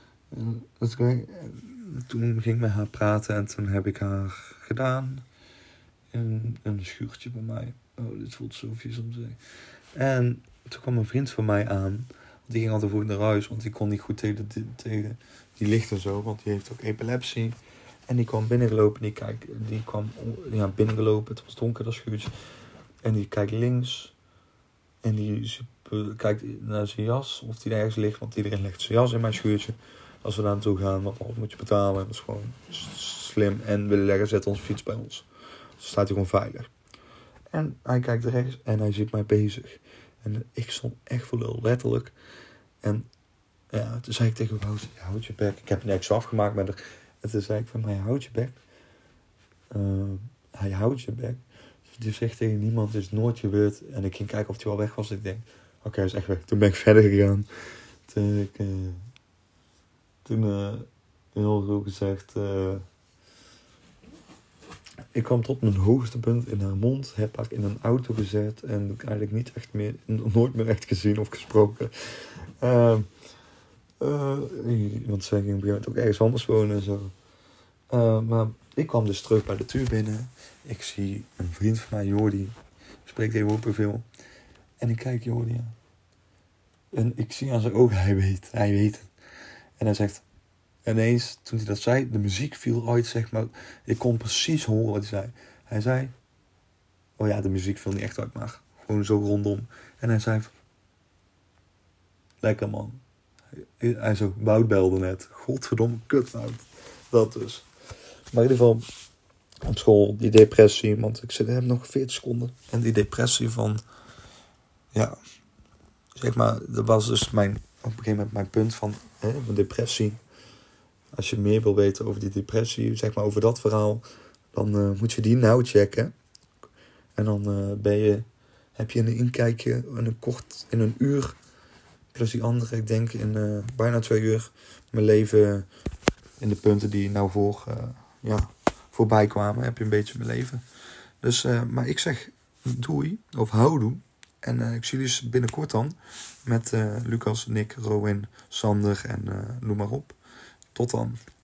Toen ging ik met haar praten en toen heb ik haar gedaan. In een schuurtje bij mij. Oh, dit voelt zo vies om te zeggen. En toen kwam een vriend van mij aan. Die ging altijd vroeg naar huis, want die kon niet goed tegen die licht en zo. Want die heeft ook epilepsie. En die kwam binnengelopen. Die kwam binnengelopen. Het was donker, dat schuurtje. En die kijkt links. En die kijkt naar zijn jas. Of die ergens ligt. Want iedereen legt zijn jas in mijn schuurtje. Als we daar naartoe gaan, want alles moet je betalen. Dat is gewoon slim. En we zetten onze fiets bij ons. Dus staat hij gewoon veilig. En hij kijkt rechts en hij ziet mij bezig. En ik stond echt voor lul, letterlijk. En ja, toen zei ik tegen hem, houd je bek. Ik heb niks afgemaakt met haar. En toen zei ik van, hij houdt je bek. Hij houdt je bek. Dus die zegt tegen niemand, het is nooit gebeurd. En ik ging kijken of hij al weg was. Ik denk, oké, hij is echt weg. Toen ben ik verder gegaan. Toen heel zo gezegd... Ik kwam tot mijn hoogste punt in haar mond, heb haar in een auto gezet en ik eigenlijk niet echt meer, nooit meer echt gezien of gesproken. Want zij ging op een gegeven moment ook ergens anders wonen en zo. Maar ik kwam dus terug bij de tuur binnen. Ik zie een vriend van mij, Jordi, spreekt even ook veel. En ik kijk Jordi aan. En ik zie aan zijn ogen, hij weet het. En hij zegt... Ineens, toen hij dat zei, de muziek viel uit, zeg maar. Ik kon precies horen wat hij zei. Hij zei... Oh ja, de muziek viel niet echt uit, maar gewoon zo rondom. En hij zei... Lekker man. Hij zo, Wout belde net. Godverdomme, kut Wout. Dat dus. Maar in ieder geval, op school, die depressie. Want ik heb nog 40 seconden. En die depressie van... Ja, zeg maar, dat was dus op een gegeven moment mijn punt van... mijn depressie... Als je meer wil weten over die depressie, zeg maar over dat verhaal, dan moet je die nou checken. En dan heb je een inkijkje in een uur plus die andere, ik denk in bijna 2 uur, mijn leven in de punten die nou voorbij kwamen, heb je een beetje mijn leven. Dus, maar ik zeg doei, of houdoe. En ik zie jullie binnenkort dan met Lucas, Nick, Rowan, Sander en noem maar op. Tot dan.